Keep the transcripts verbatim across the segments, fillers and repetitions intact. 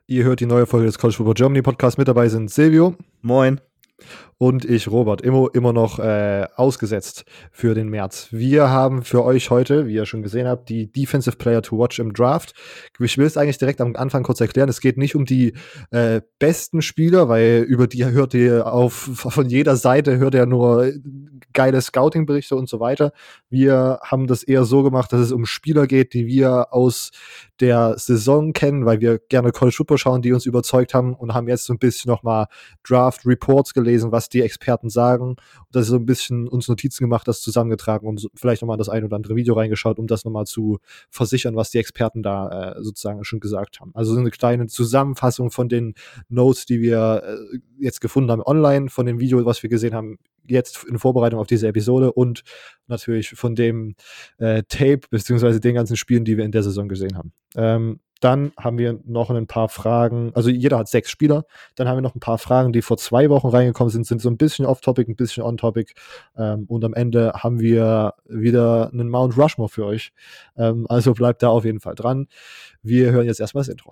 Ihr hört die neue Folge des College Football Germany Podcast. Mit dabei sind Silvio. Moin. Und ich, Robert, immer, immer noch äh, ausgesetzt für den März. Wir haben für euch heute, wie ihr schon gesehen habt, die Defensive Player to Watch im Draft. Ich will es eigentlich direkt am Anfang kurz erklären. Es geht nicht um die äh, besten Spieler, weil über die hört ihr auf von jeder Seite hört ihr nur geile Scouting-Berichte und so weiter. Wir haben das eher so gemacht, dass es um Spieler geht, die wir aus der Saison kennen, weil wir gerne College Football schauen, die uns überzeugt haben, und haben jetzt so ein bisschen nochmal Draft-Reports gelesen, was die Experten sagen. Und das ist so ein bisschen uns Notizen gemacht, das zusammengetragen und so vielleicht nochmal das ein oder andere Video reingeschaut, um das nochmal zu versichern, was die Experten da äh, sozusagen schon gesagt haben. Also so eine kleine Zusammenfassung von den Notes, die wir äh, jetzt gefunden haben online, von dem Video, was wir gesehen haben, jetzt in Vorbereitung auf diese Episode, und natürlich von dem äh, Tape, beziehungsweise den ganzen Spielen, die wir in der Saison gesehen haben. Ähm, dann haben wir noch ein paar Fragen, also jeder hat sechs Spieler, dann haben wir noch ein paar Fragen, die vor zwei Wochen reingekommen sind, sind so ein bisschen off-topic, ein bisschen on-topic, ähm, und am Ende haben wir wieder einen Mount Rushmore für euch. Ähm, also bleibt da auf jeden Fall dran. Wir hören jetzt erstmal das Intro.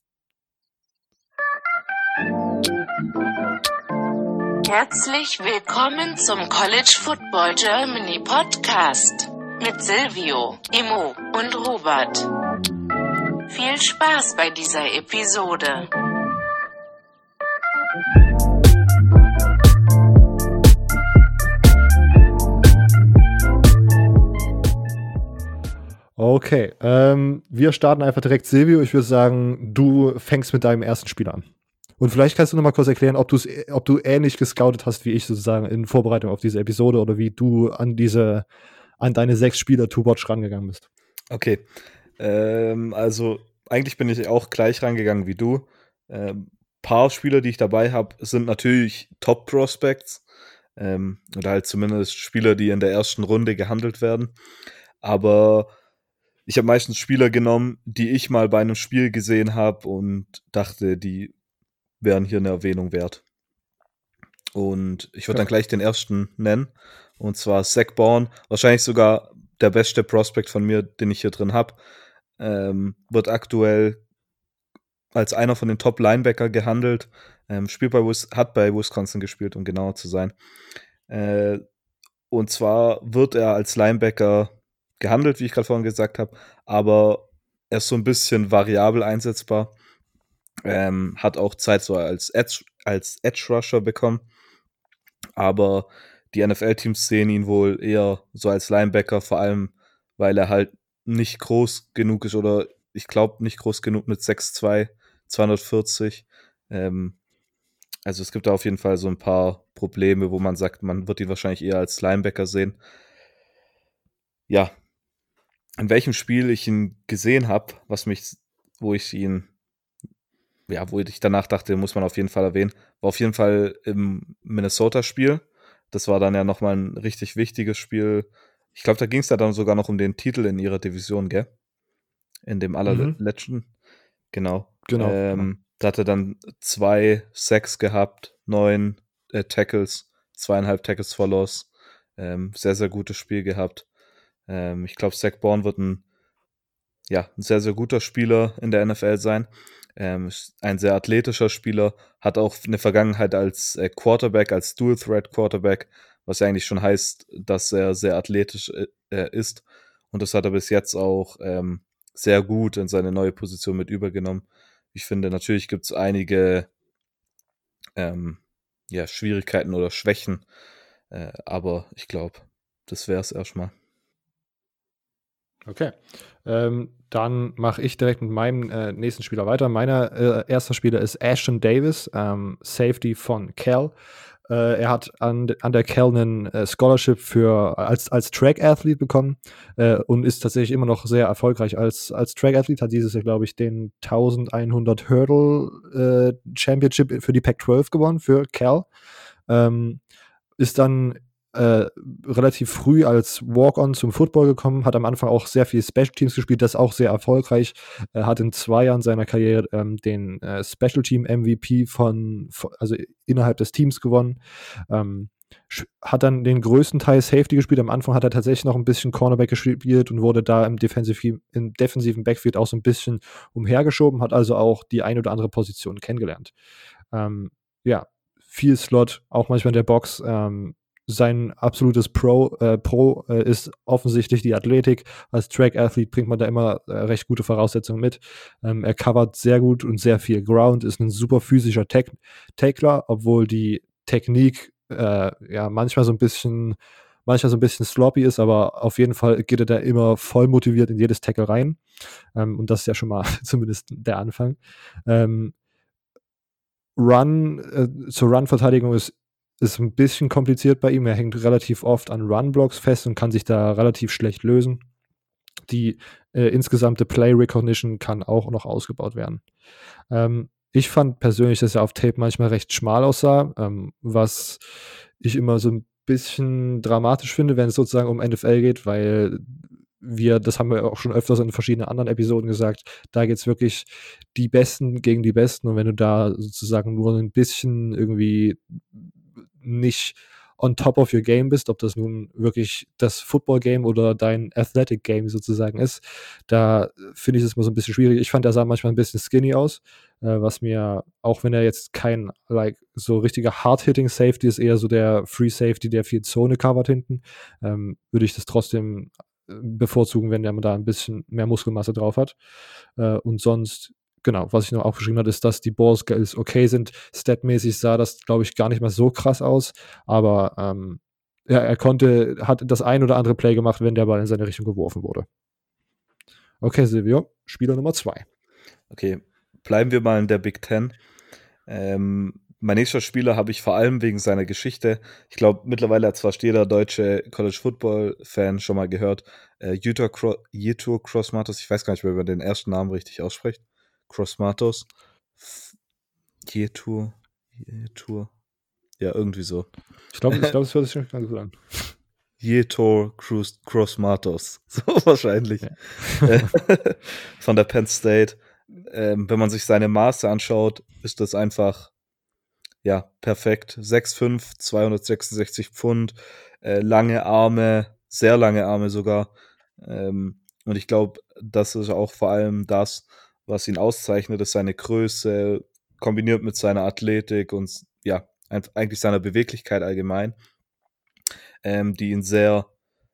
Herzlich willkommen zum College Football Germany Podcast mit Silvio, Immo und Robert. Viel Spaß bei dieser Episode. Okay, ähm, wir starten einfach direkt. Silvio, ich würde sagen, du fängst mit deinem ersten Spiel an. Und vielleicht kannst du noch mal kurz erklären, ob, du's, ob du ähnlich gescoutet hast wie ich sozusagen in Vorbereitung auf diese Episode, oder wie du an diese, an deine sechs Spieler to watch rangegangen bist. Okay, ähm, also eigentlich bin ich auch gleich rangegangen wie du. Ähm, paar Spieler, die ich dabei habe, sind natürlich Top-Prospects, ähm, oder halt zumindest Spieler, die in der ersten Runde gehandelt werden. Aber ich habe meistens Spieler genommen, die ich mal bei einem Spiel gesehen habe und dachte, die wären hier eine Erwähnung wert. Und ich würde ja. dann gleich den ersten nennen, und zwar Zack Baun, wahrscheinlich sogar der beste Prospect von mir, den ich hier drin habe. Ähm, wird aktuell als einer von den Top-Linebacker gehandelt, ähm, spielt bei Wis- hat bei Wisconsin gespielt, um genauer zu sein. Äh, und zwar wird er als Linebacker gehandelt, wie ich gerade vorhin gesagt habe, aber er ist so ein bisschen variabel einsetzbar. Ähm, hat auch Zeit so als Edge, als Edge-Rusher bekommen, aber die N F L-Teams sehen ihn wohl eher so als Linebacker, vor allem, weil er halt nicht groß genug ist, oder ich glaube nicht groß genug mit sechs zwei, zweihundertvierzig. Ähm, also es gibt da auf jeden Fall so ein paar Probleme, wo man sagt, man wird ihn wahrscheinlich eher als Linebacker sehen. Ja, in welchem Spiel ich ihn gesehen habe, was mich, wo ich ihn ja, wo ich danach dachte, muss man auf jeden Fall erwähnen, war auf jeden Fall im Minnesota-Spiel. Das war dann ja nochmal ein richtig wichtiges Spiel. Ich glaube, da ging es ja dann sogar noch um den Titel in ihrer Division, gell? In dem allerletzten. Mhm. Genau. Genau, ähm, genau. Da hat er dann zwei Sacks gehabt, neun äh, Tackles, zweieinhalb Tackles for Loss. Ähm, sehr, sehr gutes Spiel gehabt. Ähm, ich glaube, Zack Baun wird ein, ja, ein sehr, sehr guter Spieler in der N F L sein. Ähm, ein sehr athletischer Spieler, hat auch eine Vergangenheit als äh, Quarterback, als Dual-Threat-Quarterback, was ja eigentlich schon heißt, dass er sehr athletisch äh, ist. Und das hat er bis jetzt auch ähm, sehr gut in seine neue Position mit übergenommen. Ich finde, natürlich gibt es einige ähm, ja, Schwierigkeiten oder Schwächen, äh, aber ich glaube, das wäre es erstmal. Okay, ähm, dann mache ich direkt mit meinem äh, nächsten Spieler weiter. Meiner äh, erster Spieler ist Ashton Davis, ähm, Safety von Cal. Äh, er hat an, an der Cal einen äh, Scholarship für, als, als Track-Athlet bekommen äh, und ist tatsächlich immer noch sehr erfolgreich als, als Track-Athlet. Hat dieses Jahr, glaube ich, den elfhundert Hurdle äh, Championship für die Pac zwölf gewonnen, für Cal. Ähm, ist dann Äh, relativ früh als Walk-on zum Football gekommen, hat am Anfang auch sehr viel Special Teams gespielt, das auch sehr erfolgreich, äh, hat in zwei Jahren seiner Karriere ähm, den äh, Special Team M V P von, von, also innerhalb des Teams gewonnen, ähm, hat dann den größten Teil Safety gespielt. Am Anfang hat er tatsächlich noch ein bisschen Cornerback gespielt und wurde da im, Defensiv, im defensiven Backfield auch so ein bisschen umhergeschoben, hat also auch die ein oder andere Position kennengelernt. Ähm, ja, viel Slot, auch manchmal in der Box. Ähm, sein absolutes Pro, äh, Pro äh, ist offensichtlich die Athletik. Als Track-Athlete bringt man da immer äh, recht gute Voraussetzungen mit. Ähm, er covert sehr gut und sehr viel Ground, ist ein super physischer Tack- Tackler, obwohl die Technik äh, ja manchmal so ein bisschen manchmal so ein bisschen sloppy ist, aber auf jeden Fall geht er da immer voll motiviert in jedes Tackle rein. Ähm, und das ist ja schon mal zumindest der Anfang. Ähm, Run, äh, zur Run-Verteidigung ist, ist ein bisschen kompliziert bei ihm. Er hängt relativ oft an Run-Blocks fest und kann sich da relativ schlecht lösen. Die äh, insgesamte Play-Recognition kann auch noch ausgebaut werden. Ähm, ich fand persönlich, dass er auf Tape manchmal recht schmal aussah, ähm, was ich immer so ein bisschen dramatisch finde, wenn es sozusagen um N F L geht, weil wir, das haben wir auch schon öfters in verschiedenen anderen Episoden gesagt, da geht es wirklich die Besten gegen die Besten und wenn du da sozusagen nur ein bisschen irgendwie nicht on top of your game bist, ob das nun wirklich das Football-Game oder dein Athletic-Game sozusagen ist, da finde ich es immer so ein bisschen schwierig. Ich fand, er sah manchmal ein bisschen skinny aus, äh, was mir, auch wenn er jetzt kein like so richtiger Hard-Hitting-Safety ist, eher so der Free-Safety, der viel Zone covert hinten, ähm, würde ich das trotzdem bevorzugen, wenn der da ein bisschen mehr Muskelmasse drauf hat. Äh, und sonst, genau, was ich noch aufgeschrieben habe, ist, dass die Ball-Skills okay sind. Statmäßig sah das, glaube ich, gar nicht mal so krass aus, aber ähm, ja, er konnte, hat das ein oder andere Play gemacht, wenn der Ball in seine Richtung geworfen wurde. Okay, Silvio, Spieler Nummer zwei. Okay, bleiben wir mal in der Big Ten. Ähm, mein nächster Spieler habe ich vor allem wegen seiner Geschichte, ich glaube, mittlerweile hat zwar jeder deutsche College-Football-Fan schon mal gehört, äh, Yetur Cro- Yetur Gross-Matos, ich weiß gar nicht mehr, wie man den ersten Namen richtig ausspricht, Gross-Matos, F- Yetur, Yetur, ja, irgendwie so. Ich glaube, ich glaub, das hört sich schon ganz gut an. Yetur Gross-Matos, so wahrscheinlich. Ja. Von der Penn State. Ähm, wenn man sich seine Maße anschaut, ist das einfach ja, perfekt. sechs fünf, zweihundertsechsundsechzig Pfund, äh, lange Arme, sehr lange Arme sogar. Ähm, und ich glaube, das ist auch vor allem das, was ihn auszeichnet, ist seine Größe, kombiniert mit seiner Athletik und ja, eigentlich seiner Beweglichkeit allgemein, ähm, die ihn sehr,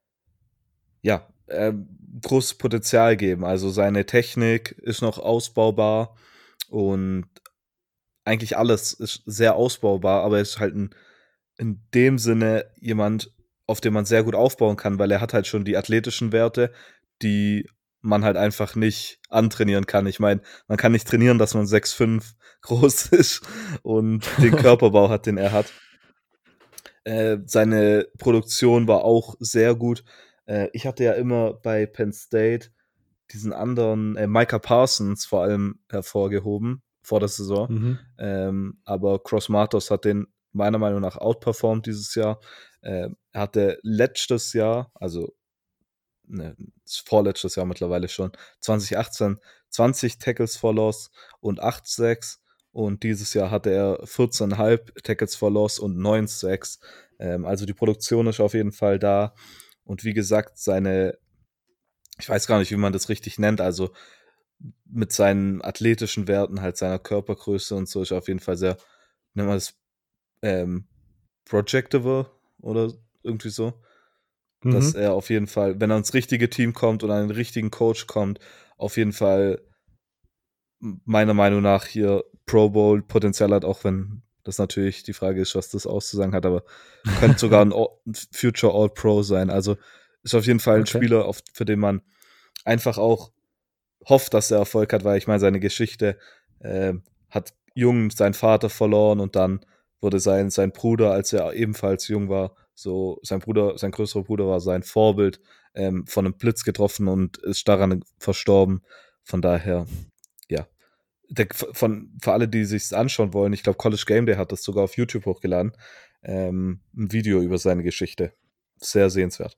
ja, ähm, großes Potenzial geben. Also seine Technik ist noch ausbaubar und eigentlich alles ist sehr ausbaubar, aber er ist halt ein, in dem Sinne jemand, auf den man sehr gut aufbauen kann, weil er hat halt schon die athletischen Werte, die man halt einfach nicht antrainieren kann. Ich meine, man kann nicht trainieren, dass man sechs fünf groß ist und den Körperbau hat, den er hat. Äh, seine Produktion war auch sehr gut. Äh, ich hatte ja immer bei Penn State diesen anderen, äh, Micah Parsons vor allem hervorgehoben vor der Saison. Mhm. Ähm, aber Gross-Matos hat den meiner Meinung nach outperformed dieses Jahr. Ähm, er hatte letztes Jahr, also ne, vorletztes Jahr mittlerweile schon, zwanzig achtzehn zwanzig Tackles for Loss und acht Sacks. Und dieses Jahr hatte er vierzehn Komma fünf Tackles for Loss und neun Sacks. Ähm, also die Produktion ist auf jeden Fall da. Und wie gesagt, seine, ich weiß gar nicht, wie man das richtig nennt, also mit seinen athletischen Werten, halt seiner Körpergröße und so, ist auf jeden Fall sehr, nennen wir das, ähm, projectable oder irgendwie so. Mhm. Dass er auf jeden Fall, wenn er ins richtige Team kommt und an den richtigen Coach kommt, auf jeden Fall meiner Meinung nach hier Pro Bowl Potenzial hat, auch wenn das natürlich die Frage ist, was das auszusagen hat, aber könnte sogar ein, All, ein Future All-Pro sein. Also ist auf jeden Fall ein okay. Spieler, auf, für den man einfach auch hofft, dass er Erfolg hat, weil ich meine, seine Geschichte äh, hat jung seinen Vater verloren und dann wurde sein, sein Bruder, als er ebenfalls jung war, so sein Bruder, sein größerer Bruder war sein Vorbild, ähm, von einem Blitz getroffen und ist daran verstorben. Von daher, ja. Der, von, für alle, die sich anschauen wollen, ich glaube, College Game Day hat das sogar auf YouTube hochgeladen, ähm, ein Video über seine Geschichte. Sehr sehenswert.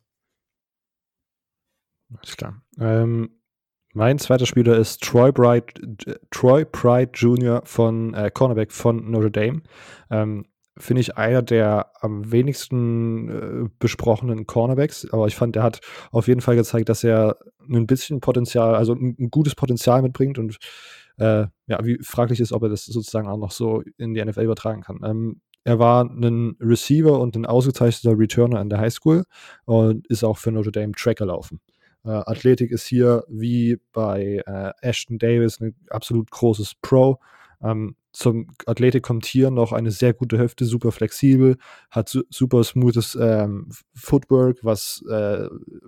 Alles klar. Ähm, mein zweiter Spieler ist Troy Bright, Troy Pride Junior von äh, Cornerback von Notre Dame. Ähm, finde ich, einer der am wenigsten äh, besprochenen Cornerbacks. Aber ich fand, der hat auf jeden Fall gezeigt, dass er ein bisschen Potenzial, also ein, ein gutes Potenzial mitbringt und äh, ja, wie fraglich ist, ob er das sozusagen auch noch so in die N F L übertragen kann. Ähm, er war ein Receiver und ein ausgezeichneter Returner an der Highschool und ist auch für Notre Dame Track gelaufen. Äh, Athletik ist hier wie bei äh, Ashton Davis ein absolut großes Pro. Ähm, zum Athletik kommt hier noch eine sehr gute Hüfte, super flexibel, hat su super smoothes ähm, Footwork, was äh,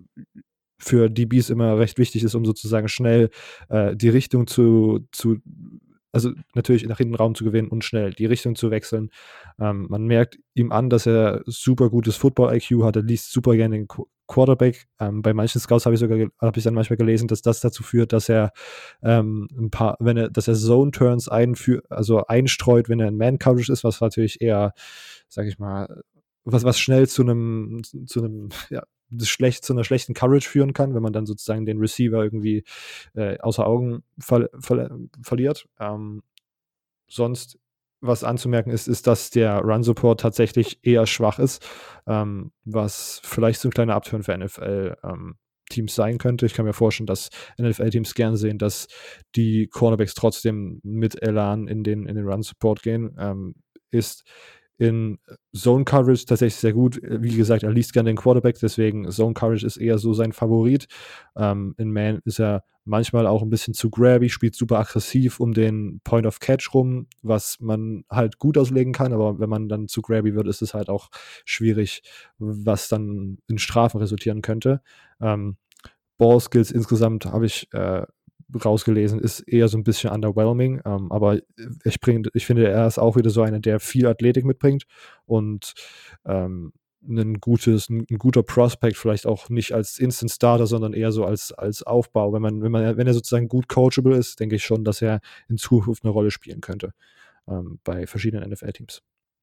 für D Bs immer recht wichtig ist, um sozusagen schnell äh, die Richtung zu, zu, also natürlich nach hinten Raum zu gewinnen und schnell die Richtung zu wechseln. Ähm, man merkt ihm an, dass er super gutes Football-I Q hat, er liest super gerne den Qu Quarterback. Ähm, bei manchen Scouts habe ich sogar habe ich dann manchmal gelesen, dass das dazu führt, dass er ähm, ein paar, wenn er, dass er Zone-Turns einführt, also einstreut, wenn er in Man-Coverage ist, was natürlich eher, sag ich mal, was, was schnell zu einem, zu einem, ja, schlecht, zu einer schlechten Coverage führen kann, wenn man dann sozusagen den Receiver irgendwie äh, außer Augen ver ver verliert. Ähm, sonst, was anzumerken ist, ist, dass der Run-Support tatsächlich eher schwach ist, ähm, was vielleicht so ein kleiner Abturn für N F L-Teams sein könnte. Ich kann mir vorstellen, dass N F L-Teams gern sehen, dass die Cornerbacks trotzdem mit Elan in den, in den Run-Support gehen. Ähm, ist in Zone Coverage tatsächlich sehr gut. Wie gesagt, er liest gerne den Quarterback, deswegen Zone Coverage ist eher so sein Favorit. Ähm, in Man ist er manchmal auch ein bisschen zu grabby, spielt super aggressiv um den Point of Catch rum, was man halt gut auslegen kann, aber wenn man dann zu grabby wird, ist es halt auch schwierig, was dann in Strafen resultieren könnte. Ähm, Ball Skills insgesamt habe ich äh, rausgelesen, ist eher so ein bisschen underwhelming, ähm, aber ich, bring, ich finde, er ist auch wieder so einer, der viel Athletik mitbringt und ähm, ein gutes, ein, ein guter Prospect, vielleicht auch nicht als Instant Starter, sondern eher so als, als Aufbau. Wenn man, wenn man, wenn er sozusagen gut coachable ist, denke ich schon, dass er in Zukunft eine Rolle spielen könnte ähm, bei verschiedenen N F L-Teams.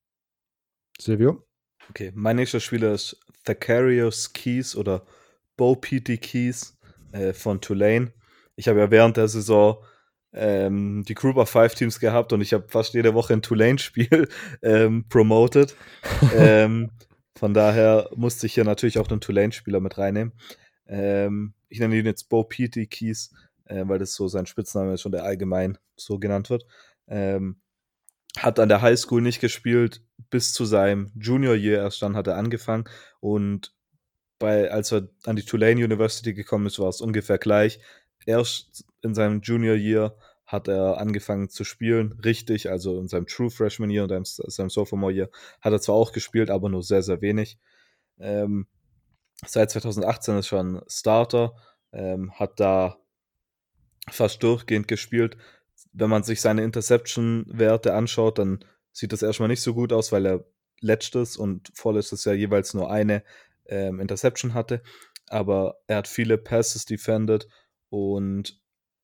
Silvio? Okay, mein nächster Spieler ist Thacarius Keys oder Bo Petey Keys äh, von Tulane. Ich habe ja während der Saison ähm, die Group of Five Teams gehabt und ich habe fast jede Woche ein Tulane-Spiel ähm, promoted. ähm, von daher musste ich hier natürlich auch einen Tulane-Spieler mit reinnehmen. Ähm, ich nenne ihn jetzt Bo Petey Keys, äh, weil das so sein Spitzname ist und der allgemein so genannt wird. Ähm, hat an der Highschool nicht gespielt, bis zu seinem Junior Year erst dann hat er angefangen und bei, als er an die Tulane University gekommen ist, war es ungefähr gleich. Erst in seinem Junior Year hat er angefangen zu spielen, richtig, also in seinem True Freshman Year und in seinem Sophomore Year hat er zwar auch gespielt, aber nur sehr, sehr wenig. Ähm, seit zwanzig achtzehn ist schon Starter, ähm, hat da fast durchgehend gespielt. Wenn man sich seine Interception-Werte anschaut, dann sieht das erstmal nicht so gut aus, weil er letztes und vorletztes Jahr jeweils nur eine ähm, Interception hatte. Aber er hat viele Passes defended und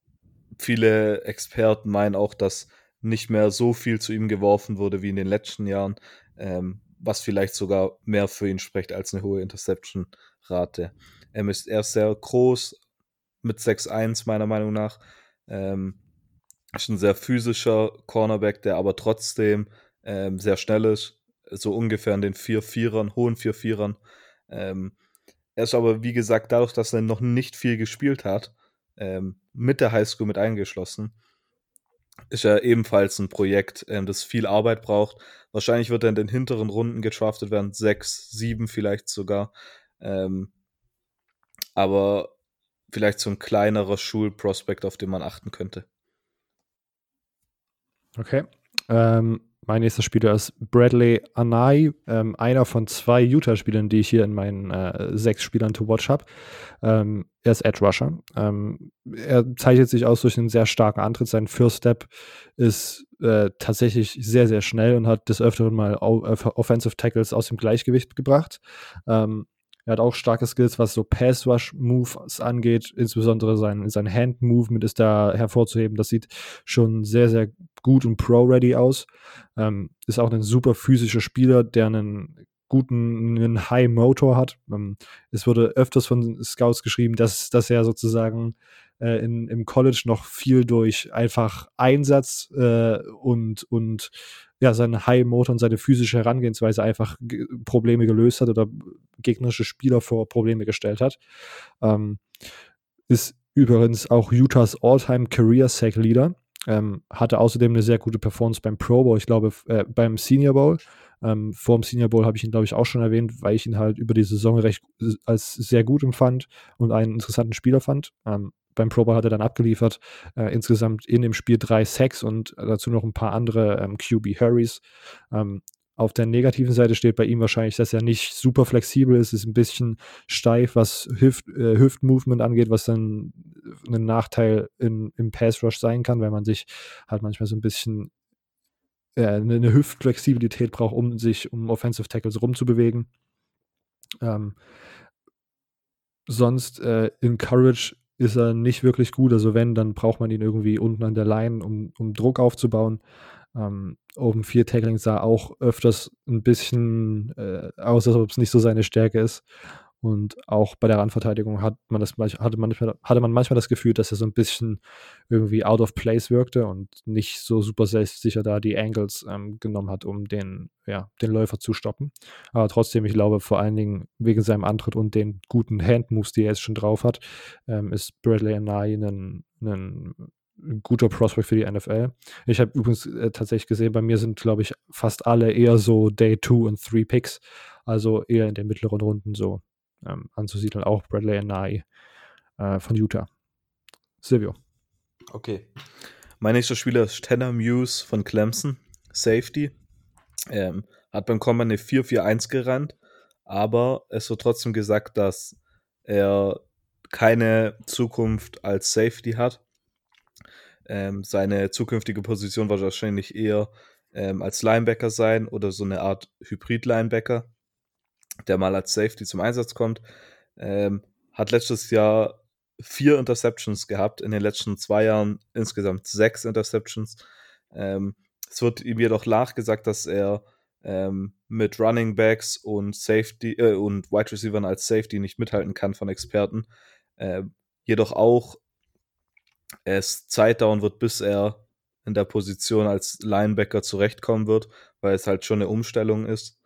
viele Experten meinen auch, dass nicht mehr so viel zu ihm geworfen wurde wie in den letzten Jahren, ähm, was vielleicht sogar mehr für ihn spricht als eine hohe Interception-Rate. Er ist, er ist sehr groß, mit sechs eins meiner Meinung nach. Ähm, ist ein sehr physischer Cornerback, der aber trotzdem ähm, sehr schnell ist. So ungefähr in den vier Vierern, hohen vier Vierern. Ähm, er ist aber, wie gesagt, dadurch, dass er noch nicht viel gespielt hat, ähm, mit der Highschool mit eingeschlossen, ist er ebenfalls ein Projekt, ähm, das viel Arbeit braucht. Wahrscheinlich wird er in den hinteren Runden gedraftet werden, sechs, sieben vielleicht sogar. Ähm, aber vielleicht so ein kleinerer Schulprospekt, auf den man achten könnte. Okay. Ähm, mein nächster Spieler ist Bradley Anai, ähm, einer von zwei Utah-Spielern, die ich hier in meinen äh, sechs Spielern to watch habe. Ähm, er ist Edge Rusher. Ähm, er zeichnet sich aus durch einen sehr starken Antritt. Sein First Step ist äh, tatsächlich sehr, sehr schnell und hat des Öfteren mal Offensive Tackles aus dem Gleichgewicht gebracht. Ähm, Er hat auch starke Skills, was so Pass-Rush-Moves angeht. Insbesondere sein, sein Hand-Movement ist da hervorzuheben. Das sieht schon sehr, sehr gut und pro-ready aus. Ähm, ist auch ein super physischer Spieler, der einen guten, einen High-Motor hat. Ähm, es wurde öfters von Scouts geschrieben, dass, dass er sozusagen äh, in, im College noch viel durch einfach Einsatz äh, und, und ja, seinen High Motor und seine physische Herangehensweise einfach g- Probleme gelöst hat oder gegnerische Spieler vor Probleme gestellt hat. Ähm, ist übrigens auch Utahs All-Time Career Sack Leader. Ähm, hatte außerdem eine sehr gute Performance beim Pro Bowl, ich glaube äh, beim Senior Bowl. Ähm, vor dem Senior Bowl habe ich ihn, glaube ich, auch schon erwähnt, weil ich ihn halt über die Saison recht äh, als sehr gut empfand und einen interessanten Spieler fand. Ähm, beim Pro Bowl hat er dann abgeliefert, äh, insgesamt in dem Spiel drei Sacks und dazu noch ein paar andere ähm, Q B-Hurries. Ähm, auf der negativen Seite steht bei ihm wahrscheinlich, dass er nicht super flexibel ist, ist ein bisschen steif, was Hüft, äh, Hüft-Movement angeht, was dann ein Nachteil in, im Pass-Rush sein kann, weil man sich halt manchmal so ein bisschen äh, eine, eine Hüftflexibilität braucht, um sich um Offensive Tackles rumzubewegen. Ähm, sonst äh, in Courage ist er nicht wirklich gut. Also wenn, dann braucht man ihn irgendwie unten an der Line, um, um Druck aufzubauen. Ähm, Open vier Tackling sah auch öfters ein bisschen äh, aus, als ob es nicht so seine Stärke ist. Und auch bei der Randverteidigung hat man das manch- hatte, manchmal, hatte man manchmal das Gefühl, dass er so ein bisschen irgendwie out of place wirkte und nicht so super selbstsicher da die Angles ähm, genommen hat, um den, ja, den Läufer zu stoppen. Aber trotzdem, ich glaube, vor allen Dingen wegen seinem Antritt und den guten Handmoves, die er jetzt schon drauf hat, ähm, ist Bradley Anae ein, ein guter Prospect für die N F L. Ich habe übrigens äh, tatsächlich gesehen, bei mir sind, glaube ich, fast alle eher so Day zwei und drei Picks, also eher in den mittleren Runden so ähm, anzusiedeln. Auch Bradley Anae äh, von Utah. Silvio. Okay. Mein nächster Spieler ist Tanner Muse von Clemson, Safety. Ähm, hat beim Combine eine vier vier eins gerannt, aber es wird trotzdem gesagt, dass er keine Zukunft als Safety hat. Ähm, seine zukünftige Position wird wahrscheinlich eher ähm, als Linebacker sein oder so eine Art Hybrid-Linebacker, der mal als Safety zum Einsatz kommt. Ähm, hat letztes Jahr vier Interceptions gehabt, in den letzten zwei Jahren insgesamt sechs Interceptions. Ähm, es wird ihm jedoch nachgesagt, dass er ähm, mit Running Backs und Safety äh, und Wide Receivers als Safety nicht mithalten kann von Experten. Ähm, jedoch auch es Zeit dauern wird, bis er in der Position als Linebacker zurechtkommen wird, weil es halt schon eine Umstellung ist.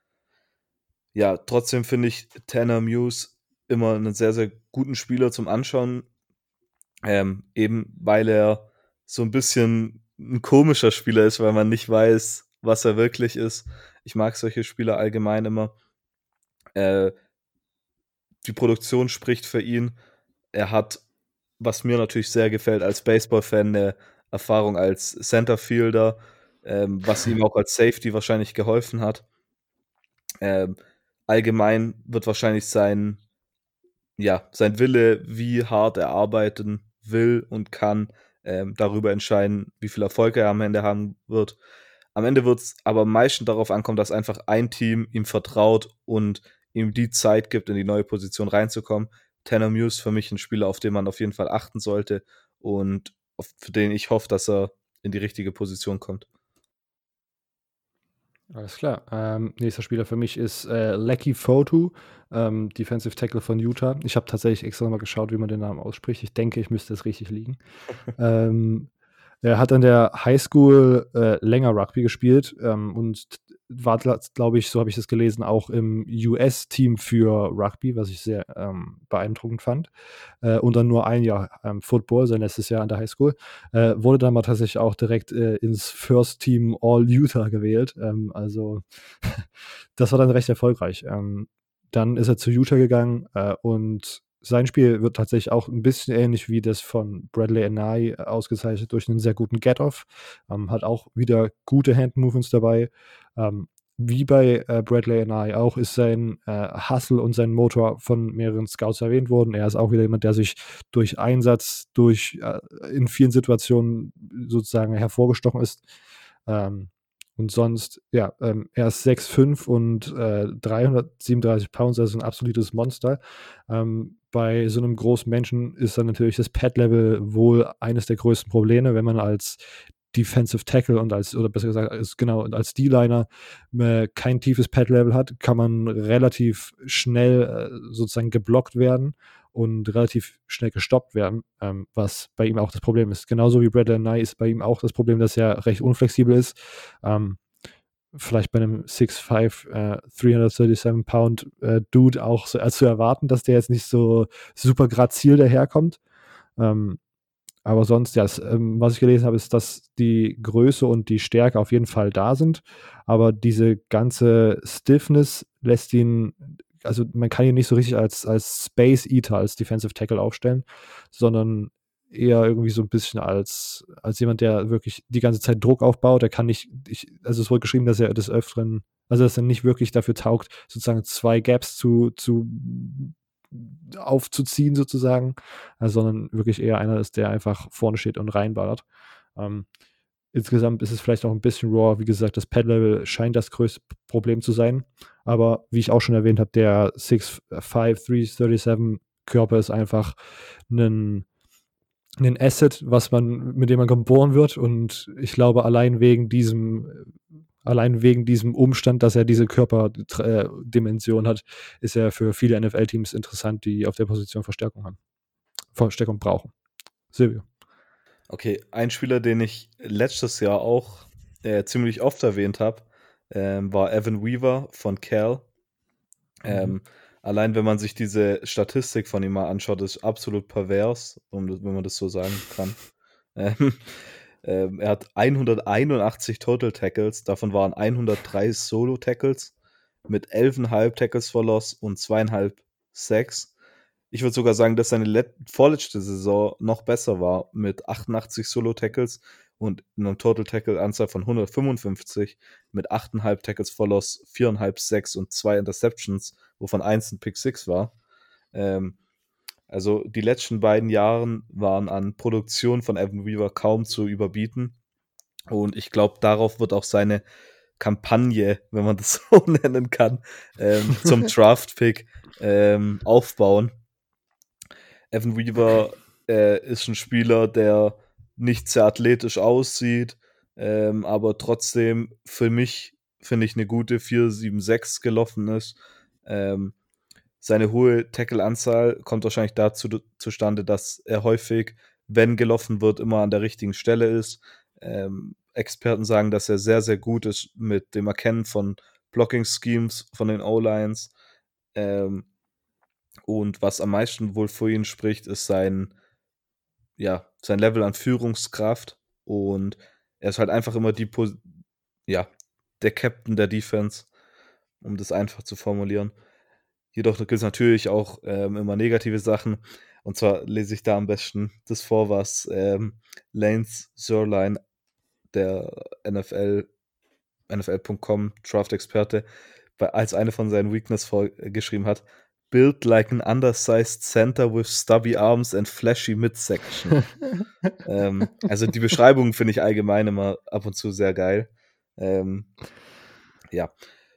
Ja, trotzdem finde ich Tanner Muse immer einen sehr, sehr guten Spieler zum Anschauen, ähm, eben weil er so ein bisschen ein komischer Spieler ist, weil man nicht weiß, was er wirklich ist. Ich mag solche Spieler allgemein immer. Äh, die Produktion spricht für ihn. Er hat, was mir natürlich sehr gefällt als Baseball-Fan, eine Erfahrung als Centerfielder, ähm, was ihm auch als Safety wahrscheinlich geholfen hat. Ähm, allgemein wird wahrscheinlich sein, ja, sein Wille, wie hart er arbeiten will und kann, ähm, darüber entscheiden, wie viel Erfolg er am Ende haben wird. Am Ende wird es aber am meisten darauf ankommen, dass einfach ein Team ihm vertraut und ihm die Zeit gibt, in die neue Position reinzukommen. Tanner Muse für mich ein Spieler, auf den man auf jeden Fall achten sollte und auf, für den ich hoffe, dass er in die richtige Position kommt. Alles klar. Ähm, nächster Spieler für mich ist äh, Lecky Fotu, ähm, Defensive Tackle von Utah. Ich habe tatsächlich extra mal geschaut, wie man den Namen ausspricht. Ich denke, ich müsste es richtig liegen. ähm, er hat an der Highschool äh, länger Rugby gespielt ähm, und war, glaube ich, so habe ich das gelesen, auch im U S-Team für Rugby, was ich sehr ähm, beeindruckend fand. Äh, und dann nur ein Jahr ähm, Football, sein letztes Jahr an der Highschool. Äh, wurde dann mal tatsächlich auch direkt äh, ins First Team All Utah gewählt. Ähm, also das war dann recht erfolgreich. Ähm, dann ist er zu Utah gegangen äh, und sein Spiel wird tatsächlich auch ein bisschen ähnlich wie das von Bradley Anae ausgezeichnet durch einen sehr guten Get-Off. Ähm, hat auch wieder gute Hand-Movements dabei. Ähm, wie bei äh, Bradley Anae auch ist sein äh, Hustle und sein Motor von mehreren Scouts erwähnt worden. Er ist auch wieder jemand, der sich durch Einsatz, durch äh, in vielen Situationen sozusagen hervorgestochen ist. Ähm, und sonst, ja, ähm, er ist sechs fünf und äh, dreihundertsiebenunddreißig Pounds, also ein absolutes Monster. Ähm, bei so einem großen Menschen ist dann natürlich das Pad-Level wohl eines der größten Probleme, wenn man als Defensive Tackle und als, oder besser gesagt, als, genau, als D-Liner äh, kein tiefes Pad-Level hat, kann man relativ schnell äh, sozusagen geblockt werden und relativ schnell gestoppt werden, ähm, was bei ihm auch das Problem ist. Genauso wie Bradley Nye ist bei ihm auch das Problem, dass er recht unflexibel ist. Ähm, vielleicht bei einem six five, äh, dreihundertsiebenunddreißig Pound äh, Dude auch so, äh, zu erwarten, dass der jetzt nicht so super grazil daherkommt. Ähm, aber sonst, ja, das, ähm, was ich gelesen habe, ist, dass die Größe und die Stärke auf jeden Fall da sind, aber diese ganze Stiffness lässt ihn, also man kann ihn nicht so richtig als, als Space Eater, als Defensive Tackle aufstellen, sondern eher irgendwie so ein bisschen als, als jemand, der wirklich die ganze Zeit Druck aufbaut. Der kann nicht, ich, also es wurde geschrieben, dass er des Öfteren, also dass er nicht wirklich dafür taugt, sozusagen zwei Gaps zu, zu aufzuziehen sozusagen, also, sondern wirklich eher einer ist, der einfach vorne steht und reinballert. Ähm, insgesamt ist es vielleicht auch ein bisschen raw. Wie gesagt, das Pad-Level scheint das größte Problem zu sein. Aber wie ich auch schon erwähnt habe, der six five, three thirty-seven Körper ist einfach ein ein Asset, was man, mit dem man geboren wird. Und ich glaube, allein wegen diesem, allein wegen diesem Umstand, dass er diese Körperdimension hat, ist er für viele N F L-Teams interessant, die auf der Position Verstärkung haben. Verstärkung brauchen. Silvio. Okay, ein Spieler, den ich letztes Jahr auch äh, ziemlich oft erwähnt habe, ähm, war Evan Weaver von Cal. Mhm. Ähm, allein wenn man sich diese Statistik von ihm mal anschaut, ist absolut pervers, wenn man das so sagen kann. ähm, ähm, er hat hunderteinundachtzig Total Tackles, davon waren hundertdrei Solo Tackles mit elf Komma fünf Tackles for Loss und zwei Komma fünf Sacks. Ich würde sogar sagen, dass seine let- vorletzte Saison noch besser war mit achtundachtzig Solo-Tackles und einer Total-Tackle-Anzahl von hundertfünfundfünfzig mit acht Komma fünf Tackles for Loss, vier Komma fünf Sacks und zwei Interceptions, wovon eins ein Pick six war. Ähm, also die letzten beiden Jahre waren an Produktion von Evan Weaver kaum zu überbieten. Und ich glaube, darauf wird auch seine Kampagne, wenn man das so nennen kann, ähm, zum Draft-Pick ähm, aufbauen. Evan Weaver äh, ist ein Spieler, der nicht sehr athletisch aussieht, ähm, aber trotzdem für mich, finde ich, eine gute vier sieben sechs gelaufen ist. Ähm, seine hohe Tackle-Anzahl kommt wahrscheinlich dazu zustande, dass er häufig, wenn gelaufen wird, immer an der richtigen Stelle ist. Ähm, Experten sagen, dass er sehr, sehr gut ist mit dem Erkennen von Blocking-Schemes von den O-Lines. Ähm, und was am meisten wohl für ihn spricht, ist sein, ja, sein Level an Führungskraft. Und er ist halt einfach immer die, Pos- ja, der Captain der Defense, um das einfach zu formulieren. Jedoch gibt es natürlich auch ähm, immer negative Sachen. Und zwar lese ich da am besten das vor, was ähm, Lance Zierlein, der N F L, N F L Punkt com Draft-Experte, als eine von seinen Weakness vorgeschrieben hat. Built like an undersized center with stubby arms and flashy midsection. ähm, also die Beschreibung finde ich allgemein immer ab und zu sehr geil. Ähm, ja.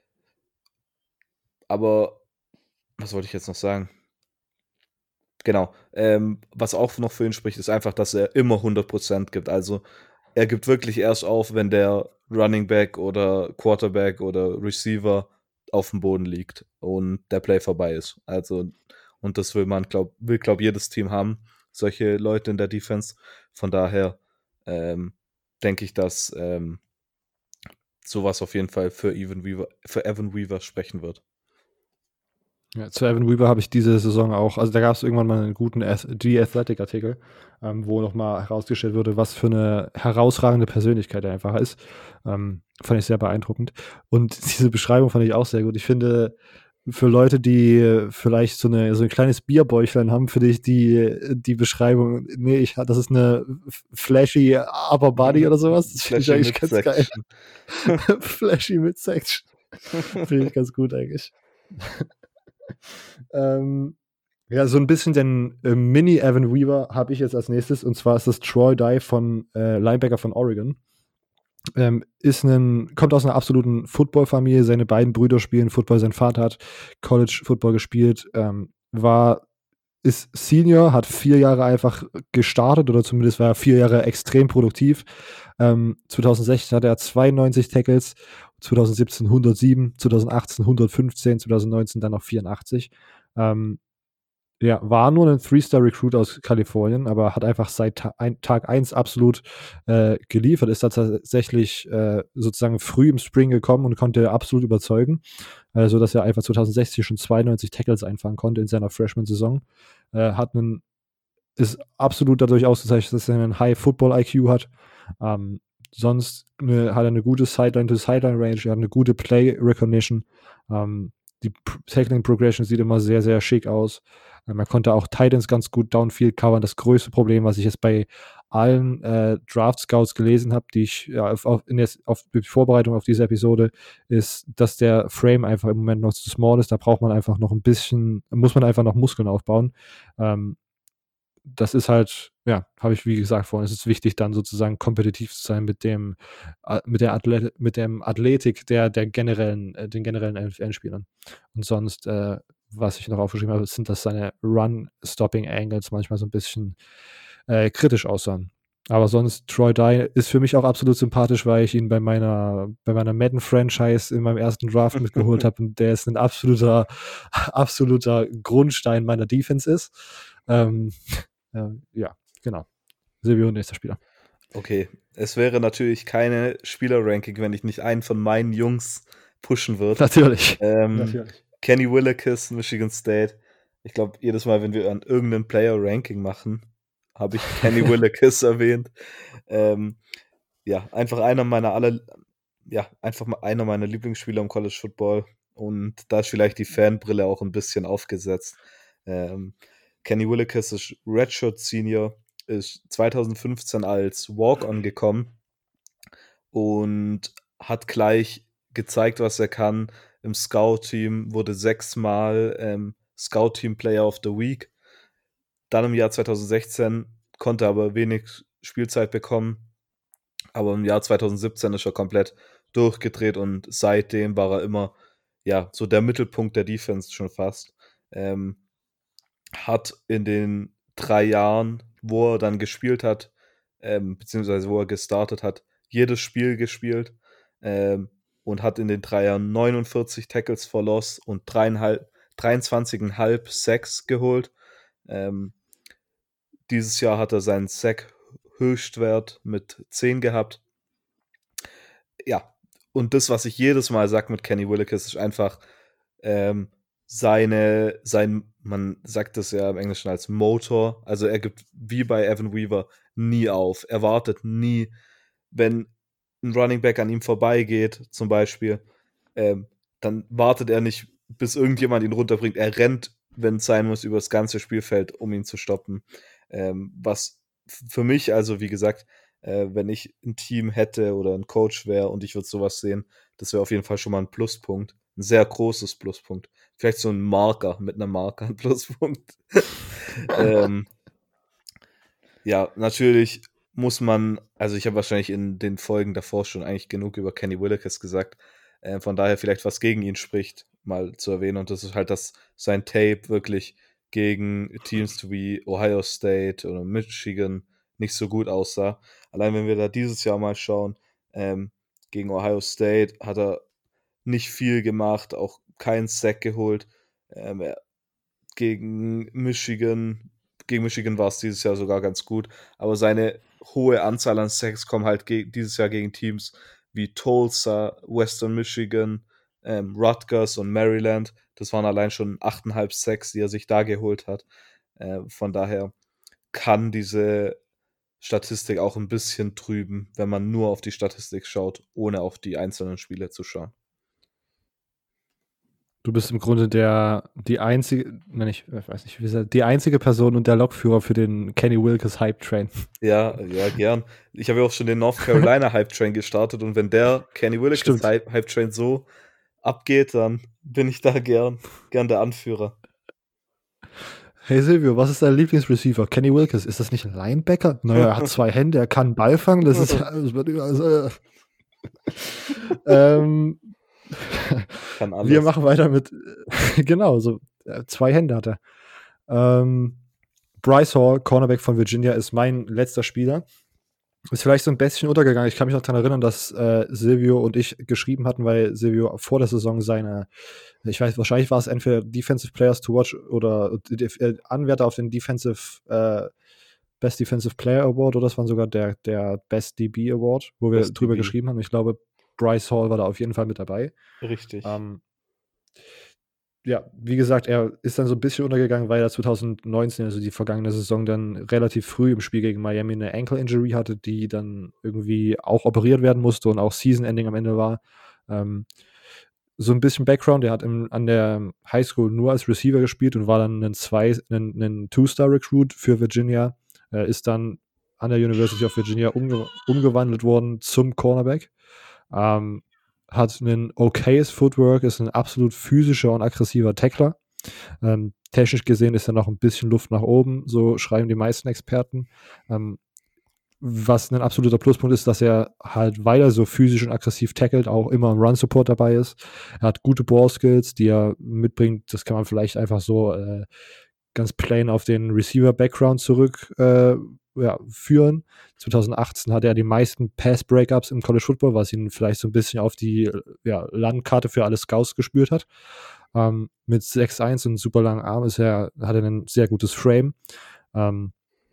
Aber was wollte ich jetzt noch sagen? Genau. Ähm, was auch noch für ihn spricht, ist einfach, dass er immer hundert Prozent gibt. Also er gibt wirklich erst auf, wenn der Running Back oder Quarterback oder Receiver auf dem Boden liegt und der Play vorbei ist. Also, und das will man, glaub, will, glaube jedes Team haben, solche Leute in der Defense. Von daher ähm, denke ich, dass ähm, sowas auf jeden Fall für Evan Weaver, für Evan Weaver sprechen wird. Ja, zu Evan Weaver habe ich diese Saison auch, also da gab es irgendwann mal einen guten G-Athletic-Artikel, ähm, wo nochmal herausgestellt wurde, was für eine herausragende Persönlichkeit er einfach ist. Ähm, fand ich sehr beeindruckend. Und diese Beschreibung fand ich auch sehr gut. Ich finde, für Leute, die vielleicht so, eine, so ein kleines Bierbäuchlein haben, finde ich die, die Beschreibung, nee, ich, das ist eine flashy Upper Body oder sowas. Das finde ich eigentlich ganz geil. Flashy Midsection. Finde ich ganz gut eigentlich. ähm, ja, so ein bisschen den äh, Mini-Evan Weaver habe ich jetzt als nächstes, und zwar ist das Troy Dye von äh, Linebacker von Oregon. Ähm, ist ein, kommt aus einer absoluten Football-Familie. Seine beiden Brüder spielen Football. Sein Vater hat College-Football gespielt, ähm, war, ist Senior, hat vier Jahre einfach gestartet oder zumindest war er vier Jahre extrem produktiv. Ähm, zwanzig sechzehn hatte er zweiundneunzig Tackles, zwanzig siebzehn hundertsieben, zwanzig achtzehn hundertfünfzehn, zwanzig neunzehn dann noch vierundachtzig. Ähm, Ja, war nur ein Three-Star-Recruit aus Kalifornien, aber hat einfach seit Ta ein, Tag eins absolut äh, geliefert, ist da tatsächlich äh, sozusagen früh im Spring gekommen und konnte absolut überzeugen, äh, sodass er einfach zwanzig sechzehn schon zweiundneunzig Tackles einfangen konnte in seiner Freshman-Saison. Äh, hat einen, ist absolut dadurch ausgezeichnet, dass er einen High-Football-I Q hat. Ähm, sonst eine, hat er eine gute Sideline-to-Sideline-Range, er hat eine gute Play-Recognition. Ähm, die Tackling-Progression sieht immer sehr, sehr schick aus. Man konnte auch Titans ganz gut Downfield covern. Das größte Problem, was ich jetzt bei allen äh, Draft-Scouts gelesen habe, die ich ja, auf, auf, in der auf die Vorbereitung auf diese Episode, ist, dass der Frame einfach im Moment noch zu small ist. Da braucht man einfach noch ein bisschen, muss man einfach noch Muskeln aufbauen. Ähm, das ist halt, ja, habe ich wie gesagt vorhin, es ist wichtig, dann sozusagen kompetitiv zu sein mit dem, äh, mit der Athlet mit dem Athletik der, der generellen, äh, den generellen N F L-Spielern. Und sonst, äh, was ich noch aufgeschrieben habe, sind, dass seine Run-Stopping-Angles manchmal so ein bisschen äh, kritisch aussahen. Aber sonst, Troy Dye ist für mich auch absolut sympathisch, weil ich ihn bei meiner, bei meiner Madden-Franchise in meinem ersten Draft mitgeholt habe und der ist ein absoluter, absoluter Grundstein meiner Defense ist. Ähm, äh, ja, genau. Silvio, nächster Spieler. Okay, es wäre natürlich keine Spieler-Ranking, wenn ich nicht einen von meinen Jungs pushen würde. Natürlich. Ähm, Natürlich. Kenny Willekes, Michigan State. Ich glaube, jedes Mal, wenn wir an irgendeinem Player-Ranking machen, habe ich Kenny Willekes erwähnt. Ähm, ja, einfach einer meiner aller, ja, einfach mal einer meiner Lieblingsspieler im College Football. Und da ist vielleicht die Fanbrille auch ein bisschen aufgesetzt. Ähm, Kenny Willekes ist Redshirt Senior, ist zwanzig fünfzehn als Walk-on gekommen und hat gleich gezeigt, was er kann. Im Scout-Team wurde sechsmal ähm, Scout-Team Player of the Week. Dann im Jahr zwanzig sechzehn konnte er aber wenig Spielzeit bekommen. Aber im Jahr zwanzig siebzehn ist er komplett durchgedreht und seitdem war er immer ja so der Mittelpunkt der Defense schon fast. Ähm, hat in den drei Jahren, wo er dann gespielt hat, ähm, beziehungsweise wo er gestartet hat, jedes Spiel gespielt ähm, und hat in den drei Jahren neunundvierzig Tackles for Loss und dreiundzwanzig Komma fünf Sacks geholt. Ähm, dieses Jahr hat er seinen Sack-Höchstwert mit zehn gehabt. Ja, und das, was ich jedes Mal sage mit Kenny Willekes, ist einfach ähm, seine, sein, man sagt das ja im Englischen als Motor, also er gibt wie bei Evan Weaver nie auf. Er wartet nie, wenn ein Running Back an ihm vorbeigeht, zum Beispiel, ähm, dann wartet er nicht, bis irgendjemand ihn runterbringt. Er rennt, wenn es sein muss, über das ganze Spielfeld, um ihn zu stoppen. Ähm, was für mich, also wie gesagt, äh, wenn ich ein Team hätte oder ein Coach wäre und ich würde sowas sehen, das wäre auf jeden Fall schon mal ein Pluspunkt. Ein sehr großes Pluspunkt. Vielleicht so ein Marker, mit einer Marker ein Pluspunkt. ähm, ja, natürlich muss man, also ich habe wahrscheinlich in den Folgen davor schon eigentlich genug über Kenny Willekes gesagt, äh, von daher vielleicht was gegen ihn spricht, mal zu erwähnen, und das ist halt, dass sein Tape wirklich gegen Teams wie Ohio State oder Michigan nicht so gut aussah. Allein wenn wir da dieses Jahr mal schauen, ähm, gegen Ohio State hat er nicht viel gemacht, auch keinen Sack geholt. Ähm, er, gegen Michigan, gegen Michigan war es dieses Jahr sogar ganz gut, aber seine hohe Anzahl an Sacks kommen halt ge- dieses Jahr gegen Teams wie Tulsa, Western Michigan, ähm, Rutgers und Maryland. Das waren allein schon acht Komma fünf Sacks, die er sich da geholt hat. Äh, von daher kann diese Statistik auch ein bisschen trüben, wenn man nur auf die Statistik schaut, ohne auf die einzelnen Spiele zu schauen. Du bist im Grunde der, die einzige, nein, ich weiß nicht, wie gesagt, die einzige Person und der Lokführer für den Kenny Willekes Hype Train. Ja, ja, gern. Ich habe ja auch schon den North Carolina Hype Train gestartet und wenn der Kenny Willekes Hype, Hype Train so abgeht, dann bin ich da gern, gern der Anführer. Hey Silvio, was ist dein Lieblingsreceiver? Kenny Willekes, ist das nicht ein Linebacker? Naja, er hat zwei Hände, er kann einen Ball fangen, das ist das wird also, ähm, kann alles. Wir machen weiter mit, genau, so zwei Hände hat er. Ähm, Bryce Hall, Cornerback von Virginia, ist mein letzter Spieler. Ist vielleicht so ein bisschen untergegangen. Ich kann mich noch daran erinnern, dass äh, Silvio und ich geschrieben hatten, weil Silvio vor der Saison seine, ich weiß, wahrscheinlich war es entweder Defensive Players to Watch oder äh, Anwärter auf den Defensive äh, Best Defensive Player Award oder das war sogar der, der Best D B Award, wo wir Best drüber D B. geschrieben haben. Ich glaube, Bryce Hall war da auf jeden Fall mit dabei. Richtig. Ähm, ja, wie gesagt, er ist dann so ein bisschen untergegangen, weil er zwanzig neunzehn, also die vergangene Saison, dann relativ früh im Spiel gegen Miami eine Ankle-Injury hatte, die dann irgendwie auch operiert werden musste und auch Season-Ending am Ende war. Ähm, so ein bisschen Background, er hat im, an der Highschool nur als Receiver gespielt und war dann ein, zwei, ein, ein Two-Star-Recruit für Virginia, äh, ist dann an der University of Virginia umge umgewandelt worden zum Cornerback. Ähm, hat ein okayes Footwork, ist ein absolut physischer und aggressiver Tackler. Ähm, technisch gesehen ist da noch ein bisschen Luft nach oben, so schreiben die meisten Experten. Ähm, was ein absoluter Pluspunkt ist, dass er halt, weil er so physisch und aggressiv tackelt, auch immer im Run-Support dabei ist. Er hat gute Ball-Skills, die er mitbringt. Das kann man vielleicht einfach so äh, ganz plain auf den Receiver-Background zurück äh, ja, führen. zwanzig achtzehn hatte er die meisten Pass-Breakups im College Football, was ihn vielleicht so ein bisschen auf die ja, Landkarte für alle Scouts gespürt hat. Ähm, mit sechs eins und super langen Arm ist er, hat er ein sehr gutes Frame. Ähm,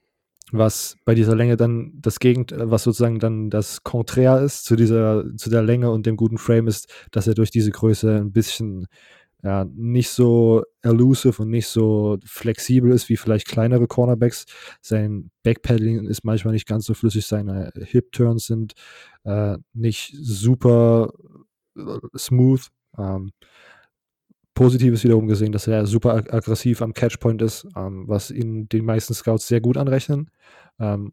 was bei dieser Länge dann das Gegenteil, was sozusagen dann das Konträr ist zu dieser, zu der Länge und dem guten Frame ist, dass er durch diese Größe ein bisschen ja, nicht so elusive und nicht so flexibel ist wie vielleicht kleinere Cornerbacks. Sein Backpedaling ist manchmal nicht ganz so flüssig, seine Hip-Turns sind äh, nicht super äh, smooth. Ähm, Positives wiederum gesehen, dass er super ag aggressiv am Catchpoint ist, ähm, was ihnen die meisten Scouts sehr gut anrechnen. Ähm,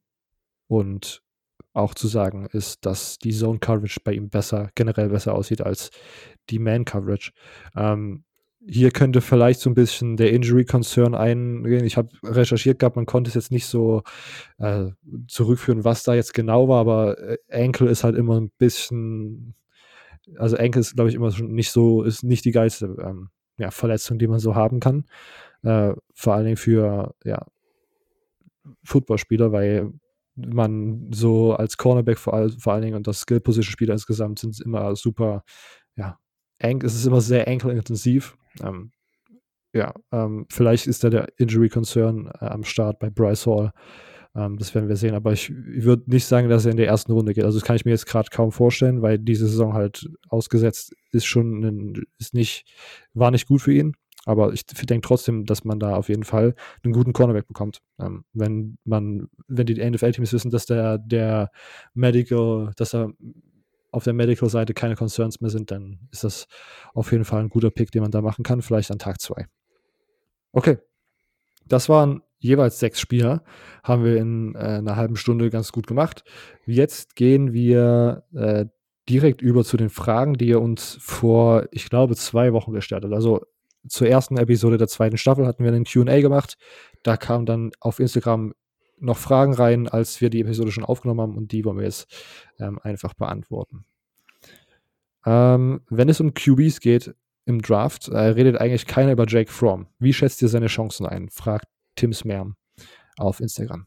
und auch zu sagen ist, dass die Zone Coverage bei ihm besser, generell besser aussieht als die Man Coverage. Ähm, hier könnte vielleicht so ein bisschen der Injury Concern eingehen. Ich habe recherchiert gehabt, man konnte es jetzt nicht so äh, zurückführen, was da jetzt genau war, aber äh, Ankle ist halt immer ein bisschen, also Ankle ist, glaube ich, immer schon nicht so, ist nicht die geilste ähm, ja, Verletzung, die man so haben kann. Äh, vor allen Dingen für ja, Footballspieler, weil man so als Cornerback vor, all, vor allen Dingen und das Skill-Position-Spieler insgesamt sind immer super, ja, eng, es ist immer sehr ankle-intensiv. Ähm, ja, ähm, vielleicht ist da der Injury Concern äh, am Start bei Bryce Hall. Ähm, das werden wir sehen, aber ich, ich würde nicht sagen, dass er in der ersten Runde geht. Also das kann ich mir jetzt gerade kaum vorstellen, weil diese Saison halt ausgesetzt ist schon, ein, ist nicht, war nicht gut für ihn. Aber ich denke trotzdem, dass man da auf jeden Fall einen guten Cornerback bekommt. Ähm, wenn man, wenn die N F L-Teams wissen, dass der, der Medical, dass er auf der Medical-Seite keine Concerns mehr sind, dann ist das auf jeden Fall ein guter Pick, den man da machen kann, vielleicht an Tag zwei. Okay, das waren jeweils sechs Spieler, haben wir in äh, einer halben Stunde ganz gut gemacht. Jetzt gehen wir äh, direkt über zu den Fragen, die ihr uns vor, ich glaube, zwei Wochen gestellt habt. Also zur ersten Episode der zweiten Staffel hatten wir einen Q und A gemacht. Da kamen dann auf Instagram noch Fragen rein, als wir die Episode schon aufgenommen haben, und die wollen wir jetzt ähm, einfach beantworten. Ähm, wenn es um Q Bs geht im Draft, äh, redet eigentlich keiner über Jake Fromm. Wie schätzt ihr seine Chancen ein? Fragt Tim Smerm auf Instagram.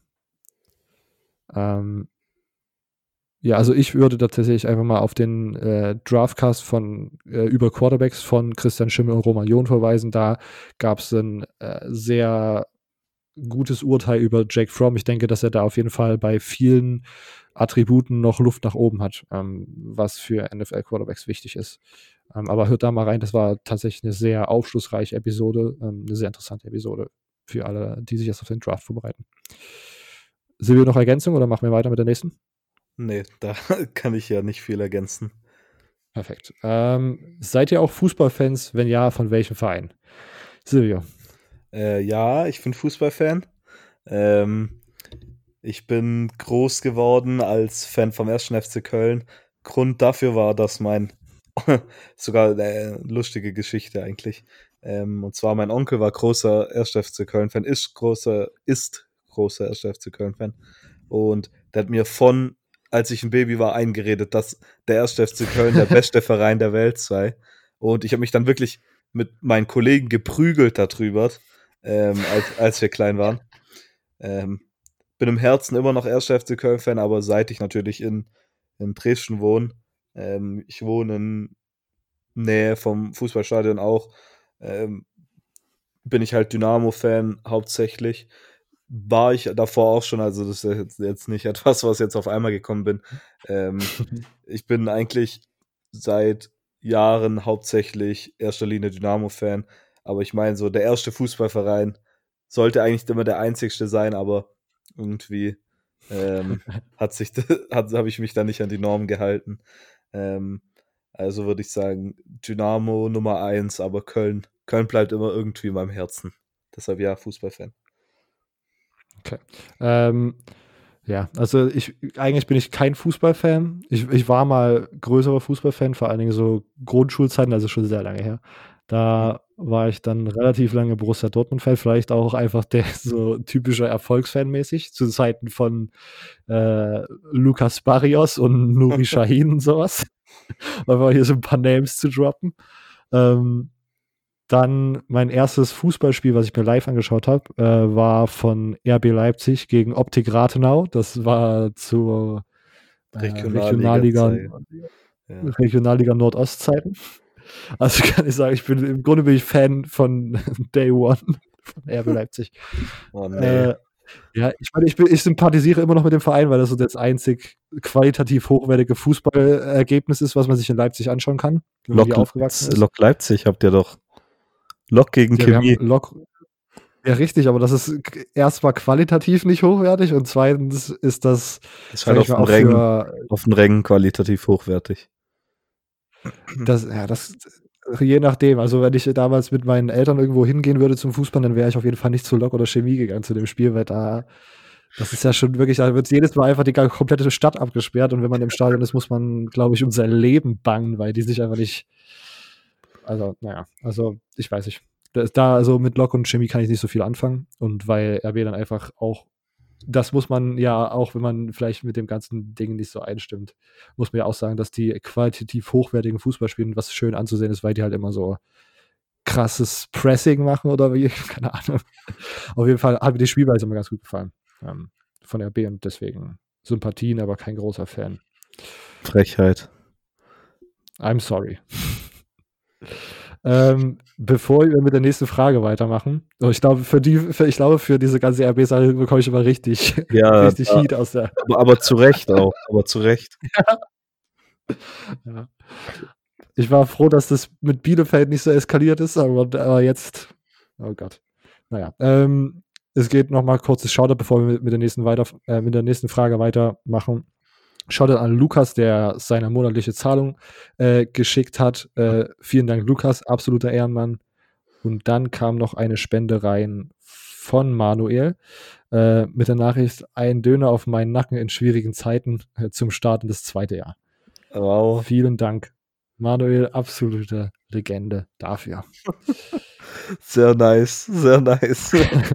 Ähm, ja, also ich würde da tatsächlich einfach mal auf den äh, Draftcast von äh, über Quarterbacks von Christian Schimmel und Roman John verweisen. Da gab es ein äh, sehr gutes Urteil über Jake Fromm. Ich denke, dass er da auf jeden Fall bei vielen Attributen noch Luft nach oben hat, ähm, was für N F L-Quarterbacks wichtig ist. Ähm, aber hört da mal rein, das war tatsächlich eine sehr aufschlussreiche Episode, ähm, eine sehr interessante Episode für alle, die sich jetzt auf den Draft vorbereiten. Silvio, noch Ergänzung oder machen wir weiter mit der nächsten? Nee, da kann ich ja nicht viel ergänzen. Perfekt. Ähm, seid ihr auch Fußballfans? Wenn ja, von welchem Verein? Silvio. Äh, ja, ich bin Fußballfan. Ähm, ich bin groß geworden als Fan vom ersten F C Köln. Grund dafür war, dass mein, sogar eine lustige Geschichte eigentlich, ähm, und zwar mein Onkel war großer erster F C Köln-Fan, ist großer, ist großer erster F C Köln-Fan. Und der hat mir von, als ich ein Baby war, eingeredet, dass der erste F C Köln der beste Verein der Welt sei. Und ich habe mich dann wirklich mit meinen Kollegen geprügelt darüber, ähm, als, als wir klein waren. Ähm, bin im Herzen immer noch erster F C Köln-Fan, aber seit ich natürlich in, in Dresden wohne, ähm, ich wohne in Nähe vom Fußballstadion auch, ähm, bin ich halt Dynamo-Fan hauptsächlich. War ich davor auch schon, also das ist jetzt, jetzt nicht etwas, was jetzt auf einmal gekommen bin. Ähm, ich bin eigentlich seit Jahren hauptsächlich erster Linie Dynamo-Fan, aber ich meine, so der erste Fußballverein sollte eigentlich immer der einzigste sein, aber irgendwie ähm, hat sich, hat, habe ich mich da nicht an die Norm gehalten. Ähm, also würde ich sagen, Dynamo Nummer eins, aber Köln, Köln bleibt immer irgendwie in meinem Herzen. Deshalb ja, Fußballfan. Okay. Ähm, ja, also ich eigentlich bin ich kein Fußballfan. Ich, ich war mal größerer Fußballfan, vor allen Dingen so Grundschulzeiten, also schon sehr lange her. Da war ich dann relativ lange Borussia Dortmund-Fan, vielleicht auch einfach der so typische Erfolgsfan mäßig, zu Zeiten von äh, Lukas Barrios und Nuri Sahin und sowas. Einfach hier so ein paar Names zu droppen. Ähm, Dann mein erstes Fußballspiel, was ich mir live angeschaut habe, äh, war von R B Leipzig gegen Optik Rathenau. Das war zur äh, Regionalliga, Regionalliga-Zeit. Ja. Regionalliga Nordostzeiten. Also kann ich sagen, ich bin im Grunde bin ich Fan von Day One von R B Leipzig. Oh nee. Äh, ja, ich meine, ich, bin, ich sympathisiere immer noch mit dem Verein, weil das so das einzig qualitativ hochwertige Fußballergebnis ist, was man sich in Leipzig anschauen kann, wenn man Lok, hier aufgewachsen ist. Lok Leipzig habt ihr doch. Lok gegen Ja, wir haben Chemie. Lok, ja, richtig, aber das ist erstmal qualitativ nicht hochwertig und zweitens ist das, Ist sag halt ich auf mal, den auch Rängen, für auf den Rängen qualitativ hochwertig. das, ja, das, je nachdem. Also, wenn ich damals mit meinen Eltern irgendwo hingehen würde zum Fußball, dann wäre ich auf jeden Fall nicht zu Lok oder Chemie gegangen zu dem Spiel, weil da, das ist ja schon wirklich, da wird jedes Mal einfach die ganze- komplette Stadt abgesperrt und wenn man im Stadion ist, muss man, glaube ich, um sein Leben bangen, weil die sich einfach nicht, also, naja, also, ich weiß nicht. Da, da also mit Lok und Chemie kann ich nicht so viel anfangen und weil R B dann einfach auch, das muss man ja auch, wenn man vielleicht mit dem ganzen Ding nicht so einstimmt, muss man ja auch sagen, dass die qualitativ hochwertigen Fußball spielen, was schön anzusehen ist, weil die halt immer so krasses Pressing machen oder wie, keine Ahnung. Auf jeden Fall hat mir die Spielweise immer ganz gut gefallen ähm, von R B und deswegen Sympathien, aber kein großer Fan. Frechheit. I'm sorry. Ähm, bevor wir mit der nächsten Frage weitermachen, oh, ich glaube, für die, für, ich glaube, für diese ganze R B-Sache bekomme ich immer richtig, Ja, richtig da, Heat aus der. aber, aber zu Recht auch. Aber zu Recht. Ja. Ich war froh, dass das mit Bielefeld nicht so eskaliert ist, aber, aber jetzt, oh Gott. Naja, ähm, es geht nochmal kurzes Shoutout, bevor wir mit, mit, der nächsten weiter, äh, mit der nächsten Frage weitermachen. Shoutout an Lukas, der seine monatliche Zahlung äh, geschickt hat. Äh, vielen Dank, Lukas, absoluter Ehrenmann. Und dann kam noch eine Spende rein von Manuel äh, mit der Nachricht: ein Döner auf meinen Nacken in schwierigen Zeiten äh, zum Start in das zweite Jahr. Wow. Vielen Dank, Manuel, absolute Legende dafür. Sehr nice, sehr nice.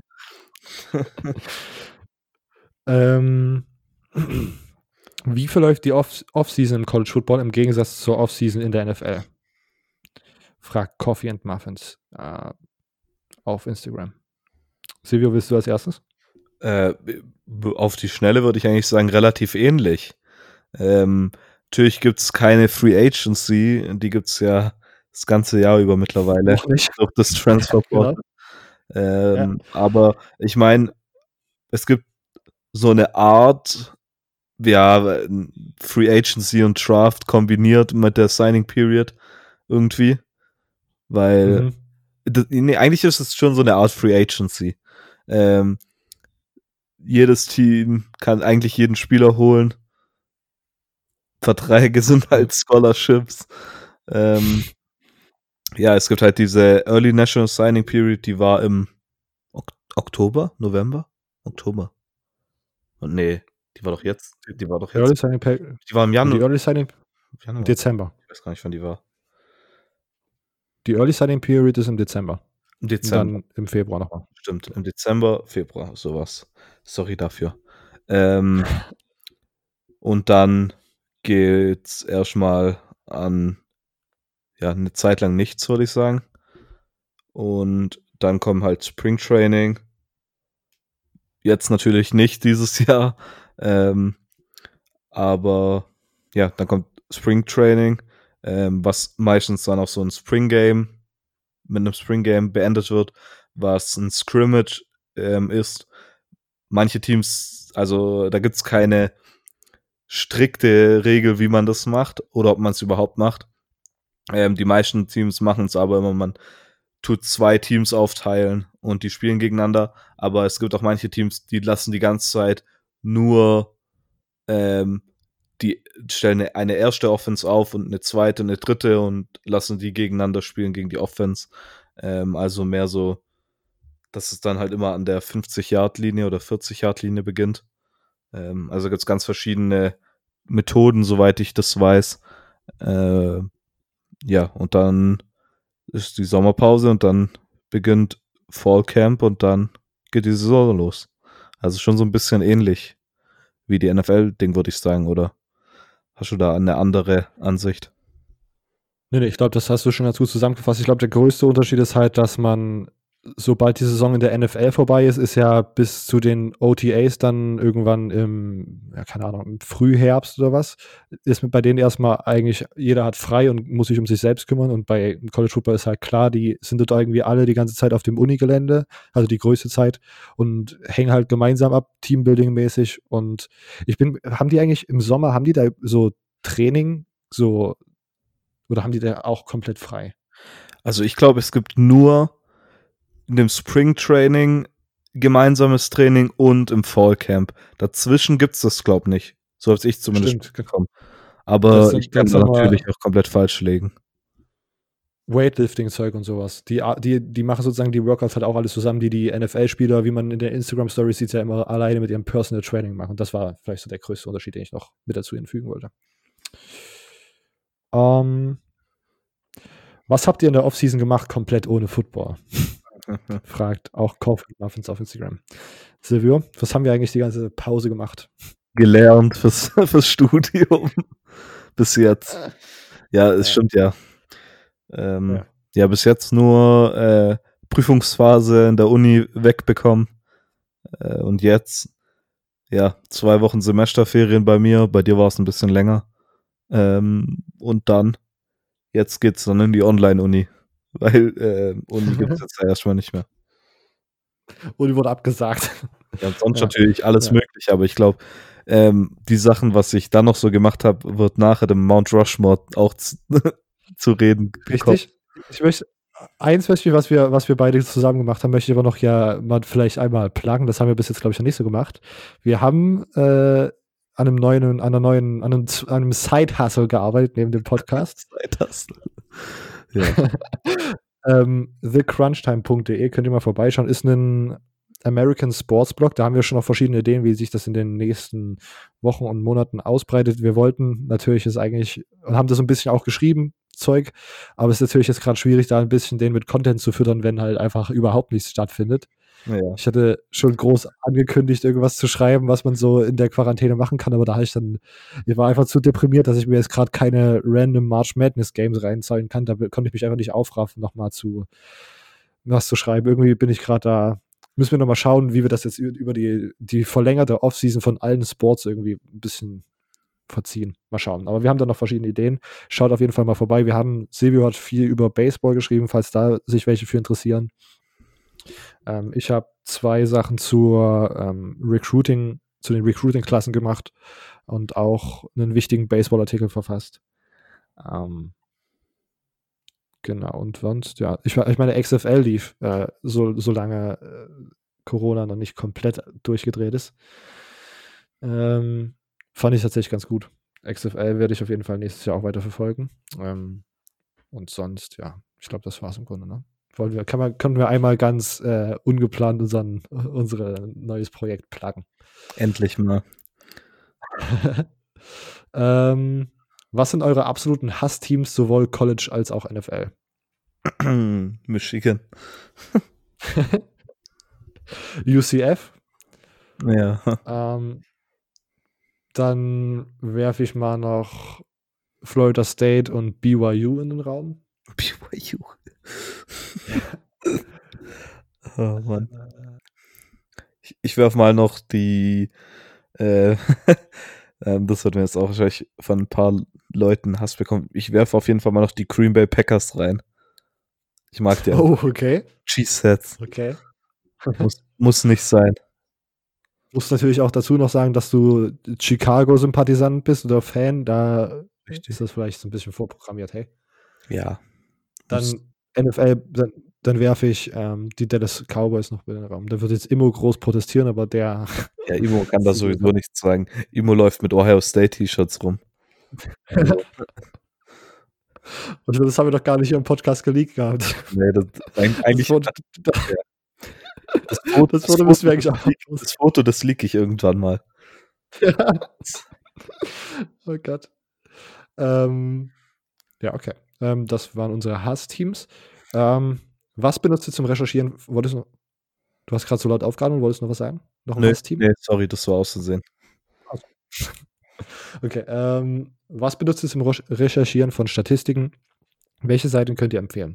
ähm, wie verläuft die Off- Off-Season im College Football im Gegensatz zur Off-Season in der N F L? Fragt Coffee and Muffins äh, auf Instagram. Silvio, willst du als erstes? Äh, auf die Schnelle würde ich eigentlich sagen, relativ ähnlich. Ähm, natürlich gibt es keine Free Agency, die gibt es ja das ganze Jahr über mittlerweile. Noch nicht. Durch das Transferportal. Genau. Ähm, ja. Aber ich meine, es gibt so eine Art, ja, Free Agency und Draft kombiniert mit der Signing Period irgendwie. Weil, Mhm. das, nee, eigentlich ist es schon so eine Art Free Agency. Ähm, jedes Team kann eigentlich jeden Spieler holen. Verträge sind halt Scholarships. Ähm, ja, es gibt halt diese Early National Signing Period, die war im ok- Oktober, November? Oktober. Und nee, die war doch jetzt. Die war doch Early jetzt. Signing pa- Die war im Januar. Die Early Signing Januar. Dezember. Ich weiß gar nicht, wann die war. Die Early Signing Period ist im Dezember. Im Dezember. Und dann im Februar nochmal. Stimmt, im Dezember, Februar, sowas. Sorry dafür. Ähm, und dann geht's erstmal an, ja, eine Zeit lang nichts, würde ich sagen. Und dann kommen halt Spring Training. jetzt natürlich nicht dieses Jahr. Ähm, aber ja, dann kommt Spring Training, ähm, was meistens dann auch so ein Spring Game mit einem Spring Game beendet wird, was ein Scrimmage ähm, ist. Manche Teams, also da gibt's keine strikte Regel, wie man das macht oder ob man es überhaupt macht. Ähm, die meisten Teams machen es aber immer, man tut zwei Teams aufteilen und die spielen gegeneinander, aber es gibt auch manche Teams, die lassen die ganze Zeit nur ähm, die stellen eine erste Offense auf und eine zweite und eine dritte und lassen die gegeneinander spielen gegen die Offense. Ähm, also mehr so, dass es dann halt immer an der fünfzig-Yard-Linie oder vierzig-Yard-Linie beginnt. Ähm, also gibt es ganz verschiedene Methoden, soweit ich das weiß. Äh, ja, und dann ist die Sommerpause und dann beginnt Fall Camp und dann geht die Saison los. Also schon so ein bisschen ähnlich wie die N F L-Ding, würde ich sagen, oder hast du da eine andere Ansicht? Nee, nee, ich glaube, das hast du schon ganz gut zusammengefasst. Ich glaube, der größte Unterschied ist halt, dass man, sobald die Saison in der N F L vorbei ist, ist ja bis zu den O T As dann irgendwann im, ja, keine Ahnung, im Frühherbst oder was, ist mit bei denen erstmal eigentlich, jeder hat frei und muss sich um sich selbst kümmern. Und bei College Football ist halt klar, die sind dort irgendwie alle die ganze Zeit auf dem Unigelände, also die größte Zeit, und hängen halt gemeinsam ab, Teambuilding-mäßig. Und ich bin, haben die eigentlich im Sommer, haben die da so Training, so, oder haben die da auch komplett frei? Also ich glaube, es gibt nur in dem Spring Training gemeinsames Training und im Fall Camp. Dazwischen gibt's das, glaube ich, nicht. So habe ich zumindest Stimmt. bekommen. Aber Das sind ich kann ganz da normal natürlich auch komplett falsch liegen. Weightlifting-Zeug und sowas. Die, die, die machen sozusagen die Workouts halt auch alles zusammen, die die N F L-Spieler, wie man in der Instagram-Story sieht, ja immer alleine mit ihrem Personal Training machen. Das war vielleicht so der größte Unterschied, den ich noch mit dazu hinfügen wollte. Ähm, was habt ihr in der Offseason gemacht, komplett ohne Football? Fragt auch Coffee Muffins auf Instagram. Silvio, was haben wir eigentlich die ganze Pause gemacht? Gelernt fürs, fürs Studium bis jetzt. Ja, es Ja. stimmt ja. Ähm, Ja. ja, bis jetzt nur äh, Prüfungsphase in der Uni wegbekommen. Äh, und jetzt, ja, zwei Wochen Semesterferien bei mir. Bei dir war es ein bisschen länger. Ähm, und dann, jetzt geht's dann in die Online-Uni. Weil äh, Uni gibt's jetzt ja erstmal nicht mehr. Uni wurde abgesagt. Ja, und sonst Ja. natürlich alles Ja. möglich, aber ich glaube, ähm, die Sachen, was ich dann noch so gemacht habe, wird nachher dem Mount Rushmore auch zu, zu reden kommen. Richtig. Ich möchte, eins möchte ich, was wir, was wir beide zusammen gemacht haben, möchte ich aber noch ja mal vielleicht einmal pluggen. Das haben wir bis jetzt, glaube ich, noch nicht so gemacht. Wir haben äh, an einem neuen, an einer neuen, an einem, an einem Side-Hustle gearbeitet neben dem Podcast. Side-Hustle. Ja. ähm, the crunch time punkt de könnt ihr mal vorbeischauen. Ist ein American Sports Blog. Da haben wir schon noch verschiedene Ideen, wie sich das in den nächsten Wochen und Monaten ausbreitet. Wir wollten natürlich es eigentlich und haben das so ein bisschen auch geschrieben, Zeug, aber es ist natürlich jetzt gerade schwierig, da ein bisschen den mit Content zu füttern, wenn halt einfach überhaupt nichts stattfindet. Ja. Ich hatte schon groß angekündigt, irgendwas zu schreiben, was man so in der Quarantäne machen kann, aber da habe ich dann, ich war einfach zu deprimiert, dass ich mir jetzt gerade keine random March Madness Games reinzahlen kann. Da konnte ich mich einfach nicht aufraffen, nochmal zu was zu schreiben. Irgendwie bin ich gerade da, müssen wir nochmal schauen, wie wir das jetzt über die, die verlängerte Offseason von allen Sports irgendwie ein bisschen verziehen. Mal schauen. Aber wir haben da noch verschiedene Ideen. Schaut auf jeden Fall mal vorbei. Wir haben, Silvio hat viel über Baseball geschrieben, falls da sich welche für interessieren. Ähm, ich habe zwei Sachen zur ähm, Recruiting, zu den Recruiting-Klassen gemacht und auch einen wichtigen Baseball-Artikel verfasst. Ähm, genau, und sonst, ja, ich, ich meine, X F L lief, äh, so, solange äh, Corona noch nicht komplett durchgedreht ist. Ähm, fand ich tatsächlich ganz gut. X F L werde ich auf jeden Fall nächstes Jahr auch weiter verfolgen. Ähm, und sonst, ja, ich glaube, das war's im Grunde, ne? Wollen wir, kann man, können wir einmal ganz äh, ungeplant unseren, unser neues Projekt pluggen. Endlich mal. ähm, was sind eure absoluten Hassteams, sowohl College als auch N F L? Michigan. U C F. Ja. Ähm, dann werfe ich mal noch Florida State und B Y U in den Raum. B Y U. Oh Mann. ich, ich werfe mal noch die, äh, ähm, das wird mir jetzt auch wahrscheinlich von ein paar Leuten Hass bekommen. Ich werfe auf jeden Fall mal noch die Green Bay Packers rein. Ich mag die Oh, okay. Cheese-Sets. Okay. Muss, muss nicht sein. Muss natürlich auch dazu noch sagen, dass du Chicago-Sympathisant bist oder Fan. Da Richtig. ist das vielleicht so ein bisschen vorprogrammiert. Hey, Ja. dann Muss- N F L, dann, dann werfe ich ähm, die Dallas Cowboys noch in den Raum. Da wird jetzt Immo groß protestieren, aber der. Ja, Imo kann da Das ist sowieso einfach- nichts sagen. Imo läuft mit Ohio State T-Shirts rum. Also, Und das haben wir doch gar nicht hier im Podcast geleakt gehabt. nee, das, eig- eigentlich das, wurde, das Foto, das wurde müssen wir eigentlich auch. das Foto, das leak ich irgendwann mal. Oh Gott. Ähm, ja, okay. Ähm, das waren unsere Hassteams. Ähm, was benutzt du zum Recherchieren? Wolltest du, noch, du hast gerade so laut aufgehört und wolltest noch was sagen? Noch ein Nee, Hassteam? nee, sorry, das war auszusehen. Okay. Ähm, was benutzt du zum Re- Recherchieren von Statistiken? Welche Seiten könnt ihr empfehlen?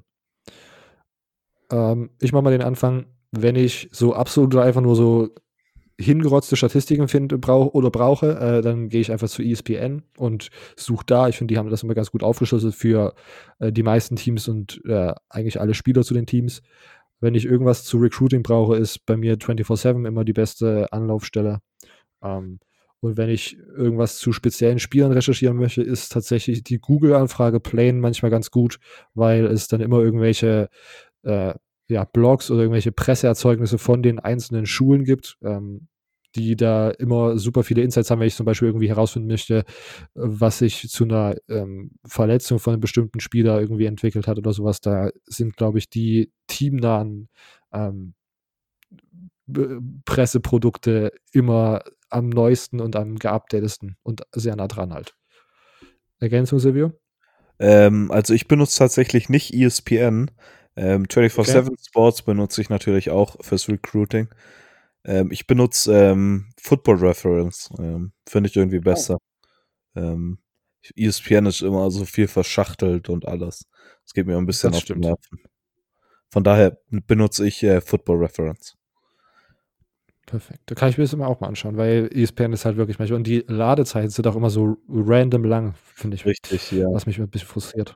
Ähm, ich mache mal den Anfang. Wenn ich so absolut einfach nur so hingerotzte Statistiken finde brauch, oder brauche, äh, dann gehe ich einfach zu E S P N und suche da. Ich finde, die haben das immer ganz gut aufgeschlüsselt für äh, die meisten Teams und äh, eigentlich alle Spieler zu den Teams. Wenn ich irgendwas zu Recruiting brauche, ist bei mir vierundzwanzig sieben immer die beste Anlaufstelle. Ähm, und wenn ich irgendwas zu speziellen Spielern recherchieren möchte, ist tatsächlich die Google-Anfrage Plain manchmal ganz gut, weil es dann immer irgendwelche äh, ja, Blogs oder irgendwelche Presseerzeugnisse von den einzelnen Schulen gibt, ähm, die da immer super viele Insights haben, wenn ich zum Beispiel irgendwie herausfinden möchte, was sich zu einer ähm, Verletzung von einem bestimmten Spieler irgendwie entwickelt hat oder sowas. Da sind, glaube ich, die teamnahen ähm, B- Presseprodukte immer am neuesten und am geupdatesten und sehr nah dran halt. Ergänzung, Silvio? Ähm, also ich benutze tatsächlich nicht E S P N. Ähm, vierundzwanzig sieben Sports benutze ich natürlich auch fürs Recruiting. Ähm, ich benutze ähm, Football Reference. Ähm, Finde ich irgendwie besser. Ähm, E S P N ist immer so viel verschachtelt und alles. Das geht mir ein bisschen Das auf die stimmt. Nerven. Von daher benutze ich äh, Football Reference. Perfekt. Da kann ich mir das immer auch mal anschauen, weil E S P N ist halt wirklich manchmal. Und die Ladezeiten sind auch immer so random lang, finde ich. Richtig, ja. Was mich ein bisschen frustriert.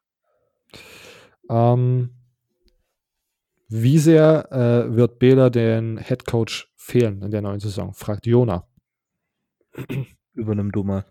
Ähm, wie sehr äh, wird Bela den Headcoach fehlen in der neuen Saison? Fragt Jona. Übernimm du mal.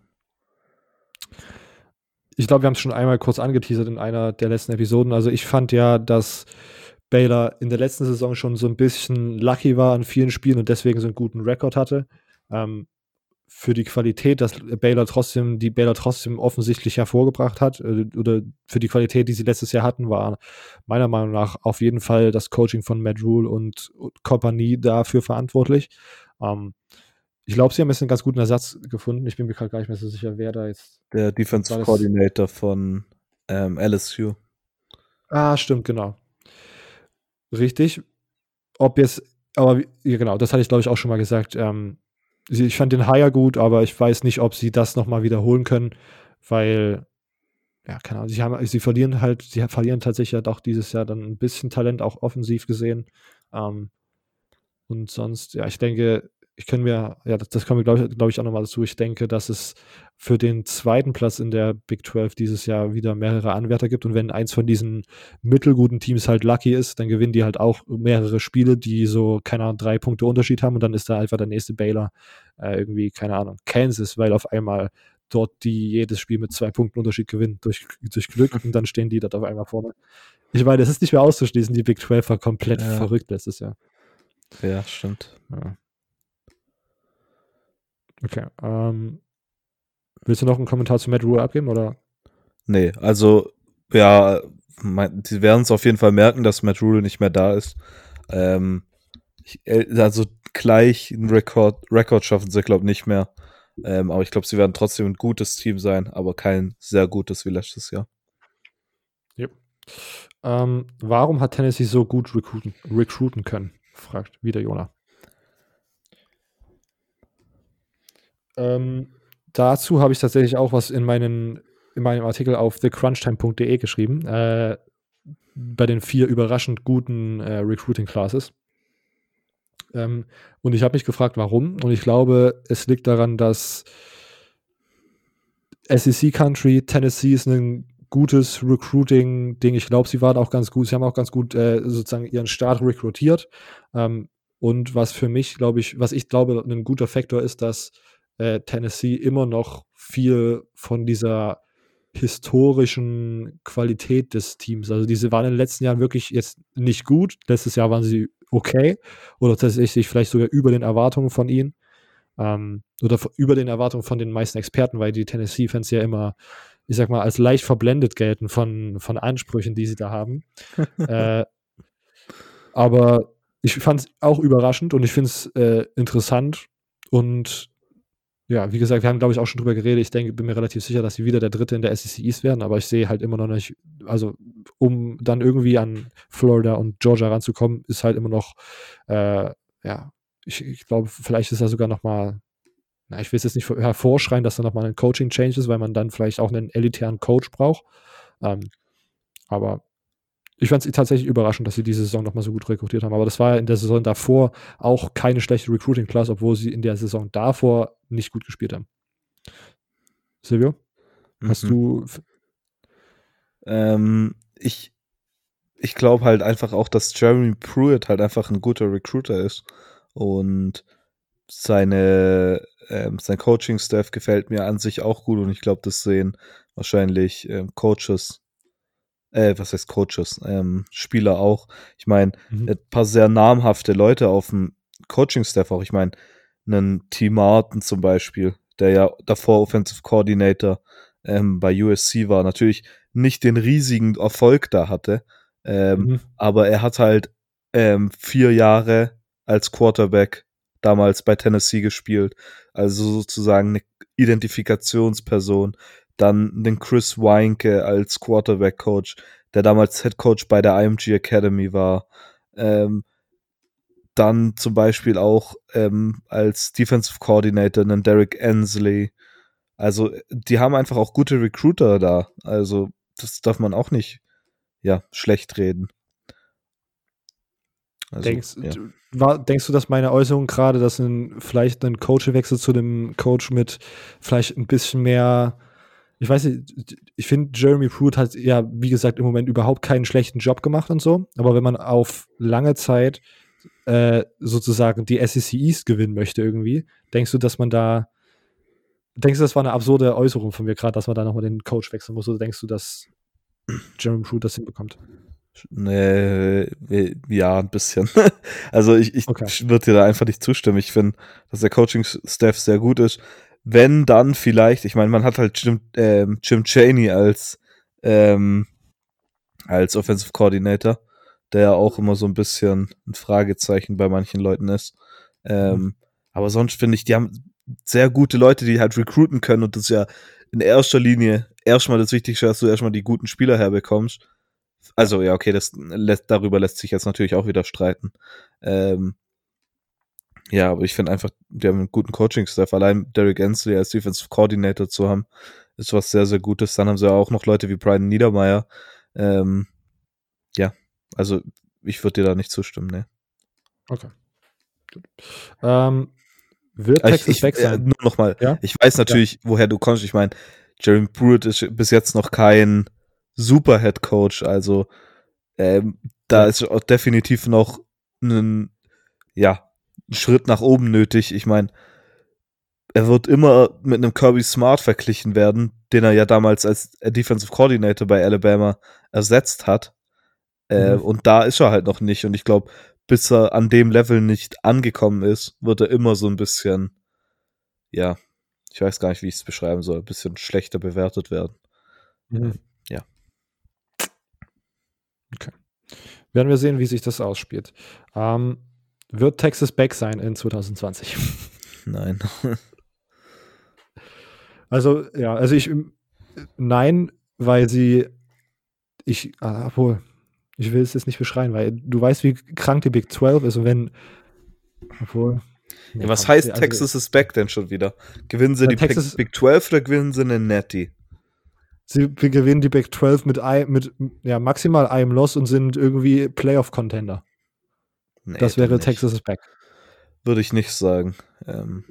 Ich glaube, wir haben es schon einmal kurz angeteasert in einer der letzten Episoden. Also ich fand ja, dass Baylor in der letzten Saison schon so ein bisschen lucky war an vielen Spielen und deswegen so einen guten Rekord hatte. Ähm, für die Qualität, dass Baylor trotzdem, die Baylor trotzdem offensichtlich hervorgebracht hat, äh, oder für die Qualität, die sie letztes Jahr hatten, war meiner Meinung nach auf jeden Fall das Coaching von Matt Rule und, und Kompanie dafür verantwortlich. Ähm, ich glaube, sie haben jetzt einen ganz guten Ersatz gefunden. Ich bin mir gerade gar nicht mehr so sicher, wer da jetzt. Der Defensive War das- Coordinator von ähm, L S U. Ah, stimmt, genau. Richtig. Ob jetzt, aber wie- ja, genau, das hatte ich glaube ich auch schon mal gesagt. Ähm, sie- ich fand den Hire gut, aber ich weiß nicht, ob sie das nochmal wiederholen können, weil, ja, keine Ahnung, sie haben, sie verlieren halt, sie verlieren tatsächlich halt auch dieses Jahr dann ein bisschen Talent, auch offensiv gesehen. Ähm, und sonst, ja, ich denke, ich kann mir, ja, das, das kommen wir, glaube ich, glaub ich, auch nochmal dazu. Ich denke, dass es für den zweiten Platz in der Big zwölf dieses Jahr wieder mehrere Anwärter gibt. Und wenn eins von diesen mittelguten Teams halt lucky ist, dann gewinnen die halt auch mehrere Spiele, die so, keine Ahnung, drei Punkte Unterschied haben. Und dann ist da einfach der nächste Baylor äh, irgendwie, keine Ahnung, Kansas, weil auf einmal dort die jedes Spiel mit zwei Punkten Unterschied gewinnen durch, durch Glück. Und dann stehen die dort auf einmal vorne. Ich meine, das ist nicht mehr auszuschließen. Die Big zwölf war komplett Ja. verrückt letztes Jahr. Ja, stimmt. Ja. Okay. Ähm, willst du noch einen Kommentar zu Matt Rule abgeben? Oder? Nee, also, ja, mein, die werden es auf jeden Fall merken, dass Matt Rule nicht mehr da ist. Ähm, ich, äh, also gleich einen Rekord, Rekord schaffen sie, glaube ich, nicht mehr. Ähm, aber ich glaube, sie werden trotzdem ein gutes Team sein, aber kein sehr gutes wie letztes Jahr. Yep. Ähm, warum hat Tennessee so gut recruiten, recruiten können? Fragt wieder Jona. Ähm, dazu habe ich tatsächlich auch was in, meinen, in meinem Artikel auf the crunch time punkt de geschrieben. Äh, bei den vier überraschend guten äh, Recruiting Classes. Ähm, und ich habe mich gefragt, warum. Und ich glaube, es liegt daran, dass S E C Country, Tennessee ist ein gutes Recruiting-Ding. Ich glaube, sie waren auch ganz gut. Sie haben auch ganz gut äh, sozusagen ihren Start rekrutiert. Ähm, und was für mich, glaube ich, was ich glaube, ein guter Faktor ist, dass äh, Tennessee immer noch viel von dieser historischen Qualität des Teams, also diese waren in den letzten Jahren wirklich jetzt nicht gut. Letztes Jahr waren sie okay oder tatsächlich vielleicht sogar über den Erwartungen von ihnen. Ähm, oder v- über den Erwartungen von den meisten Experten, weil die Tennessee-Fans ja immer, ich sag mal, als leicht verblendet gelten von, von Ansprüchen, die sie da haben. äh, aber ich fand es auch überraschend und ich finde es äh, interessant. Und ja, wie gesagt, wir haben, glaube ich, auch schon drüber geredet. Ich denke, bin mir relativ sicher, dass sie wieder der Dritte in der S E C East werden, aber ich sehe halt immer noch nicht, also um dann irgendwie an Florida und Georgia ranzukommen, ist halt immer noch, äh, ja, ich, ich glaube, vielleicht ist da sogar noch mal, na, ich will es jetzt nicht hervorschreien, dass da noch mal ein Coaching-Change ist, weil man dann vielleicht auch einen elitären Coach braucht. Ähm, aber ich fand es tatsächlich überraschend, dass sie diese Saison noch mal so gut rekrutiert haben. Aber das war ja in der Saison davor auch keine schlechte Recruiting-Class, obwohl sie in der Saison davor nicht gut gespielt haben. Silvio, hast Mhm. du. Ähm, ich ich glaube halt einfach auch, dass Jeremy Pruitt halt einfach ein guter Recruiter ist. Und seine, ähm, sein Coaching-Staff gefällt mir an sich auch gut. Und ich glaube, das sehen wahrscheinlich ähm, Coaches, äh, was heißt Coaches, ähm, Spieler auch. Ich meine, Mhm. ein paar sehr namhafte Leute auf dem Coaching-Staff auch. Ich meine, einen T. Martin zum Beispiel, der ja davor Offensive Coordinator ähm, bei U S C war, natürlich nicht den riesigen Erfolg da hatte, ähm, Mhm. aber er hat halt ähm, vier Jahre als Quarterback damals bei Tennessee gespielt, also sozusagen eine Identifikationsperson. Dann den Chris Weinke als Quarterback-Coach, der damals Head Coach bei der I M G Academy war. Ähm, dann zum Beispiel auch ähm, als Defensive Coordinator einen Derek Ansley. Also die haben einfach auch gute Recruiter da. Also das darf man auch nicht, ja, schlecht reden. Also, Denkst, ja. du- war, denkst du, dass meine Äußerung gerade, dass ein, vielleicht ein Coachwechsel zu dem Coach mit vielleicht ein bisschen mehr, ich weiß nicht, ich finde, Jeremy Pruitt hat ja, wie gesagt, im Moment überhaupt keinen schlechten Job gemacht und so, aber wenn man auf lange Zeit äh, sozusagen die S E C East gewinnen möchte irgendwie, denkst du, dass man da, denkst du, das war eine absurde Äußerung von mir gerade, dass man da nochmal den Coach wechseln muss, oder denkst du, dass Jeremy Pruitt das hinbekommt? Nee, ja, ein bisschen. Also ich, ich Okay. würde dir da einfach nicht zustimmen. Ich finde, dass der Coaching-Staff sehr gut ist. Wenn, dann vielleicht, ich meine, man hat halt Jim, ähm, Jim Chaney als, ähm, als Offensive Coordinator, der ja auch immer so ein bisschen ein Fragezeichen bei manchen Leuten ist. Ähm, Mhm. aber sonst finde ich, die haben sehr gute Leute, die halt recruiten können und das ist ja in erster Linie erstmal das Wichtigste, dass du erstmal die guten Spieler herbekommst. Also, ja, okay, das lässt, darüber lässt sich jetzt natürlich auch wieder streiten. Ähm, ja, aber ich finde einfach, die haben einen guten Coaching-Staff. Allein Derek Ansley als Defensive Coordinator zu haben, ist was sehr, sehr Gutes. Dann haben sie auch noch Leute wie Brian Niedermeyer. Ähm, ja, also ich würde dir da nicht zustimmen, ne. Okay. Gut. Ähm, wird Ich, Texas ich, weg äh, sein? nur noch mal, Ja? ich weiß Ja. natürlich, woher du kommst. Ich meine, Jeremy Pruitt ist bis jetzt noch kein super Head Coach, also ähm, da Ja. ist auch definitiv noch ein, ja, ein Schritt nach oben nötig. Ich meine, er wird immer mit einem Kirby Smart verglichen werden, den er ja damals als Defensive Coordinator bei Alabama ersetzt hat. Äh, Mhm. und da ist er halt noch nicht. Und ich glaube, bis er an dem Level nicht angekommen ist, wird er immer so ein bisschen, ja, ich weiß gar nicht, wie ich es beschreiben soll, ein bisschen schlechter bewertet werden. Mhm. Ähm, ja. Okay. Werden wir sehen, wie sich das ausspielt. Ähm, wird Texas back sein in zwanzig zwanzig? Nein. Also, ja, also ich, nein, weil sie, ich, ah, obwohl, ich will es jetzt nicht beschreien, weil du weißt, wie krank die Big zwölf ist und wenn, obwohl, nee, Ja, was komm, heißt also, Texas is back denn schon wieder? Gewinnen sie ja, die Texas, Big zwölf oder gewinnen sie eine Natty? sie gewinnen die Big zwölf mit, ein, mit ja, maximal einem Loss und sind irgendwie Playoff-Contender. Nee, Das dann wäre nicht. Texas is back. würde ich nicht sagen. Ähm,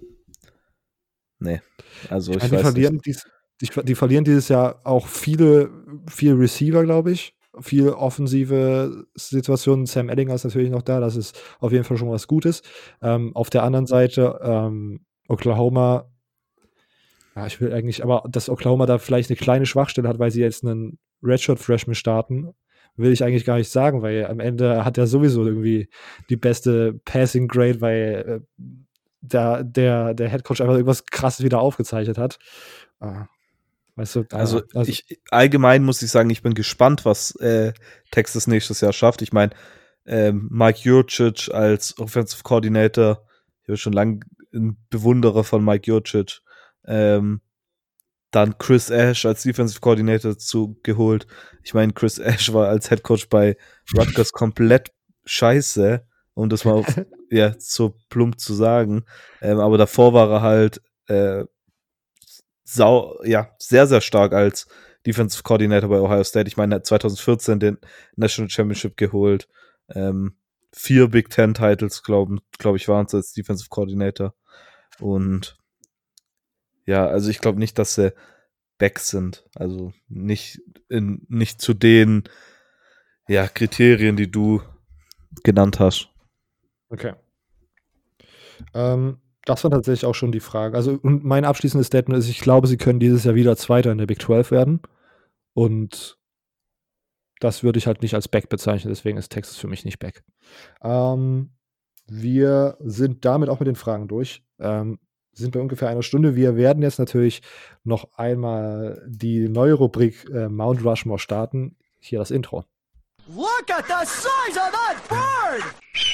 nee, also ich, ich meine, weiß die, verlieren nicht. dies, die, die verlieren dieses Jahr auch viele, viele Receiver, glaube ich. Viel offensive Situationen. Sam Ellinger ist natürlich noch da. Das ist auf jeden Fall schon was Gutes. Ähm, auf der anderen Seite ähm, Oklahoma. Ja, ich will eigentlich, aber dass Oklahoma da vielleicht eine kleine Schwachstelle hat, weil sie jetzt einen Redshirt-Freshman starten, will ich eigentlich gar nicht sagen, weil am Ende hat er sowieso irgendwie die beste Passing Grade, weil äh, der, der, der Headcoach einfach irgendwas Krasses wieder aufgezeichnet hat. Ah, weißt du, Also, ah, also ich allgemein muss ich sagen, ich bin gespannt, was äh, Texas nächstes Jahr schafft. Ich meine, ähm, Mike Jurcic als Offensive Coordinator, ich bin schon lange ein Bewunderer von Mike Jurcic. Ähm, dann Chris Ash als Defensive Coordinator zu geholt. Ich meine, Chris Ash war als Head Coach bei Rutgers komplett scheiße, um das mal auf, ja, so plump zu sagen. Ähm, aber davor war er halt äh, sau, ja, sehr, sehr stark als Defensive Coordinator bei Ohio State. Ich meine, er hat zwanzig vierzehn den National Championship geholt. Ähm, vier Big Ten Titles, glaube glaub ich, waren es als Defensive Coordinator. Und ja, also ich glaube nicht, dass sie back sind. Also nicht, in, nicht zu den ja, Kriterien, die du genannt hast. okay. Ähm, das war tatsächlich auch schon die Frage. Also, und mein abschließendes Statement ist, ich glaube, sie können dieses Jahr wieder Zweiter in der Big zwölf werden. Und das würde ich halt nicht als Back bezeichnen, deswegen ist Texas für mich nicht Back. Ähm, wir sind damit auch mit den Fragen durch. Ähm, sind bei ungefähr einer Stunde. Wir werden jetzt natürlich noch einmal die neue Rubrik äh, Mount Rushmore starten. Hier das Intro. Look at the size of that bird!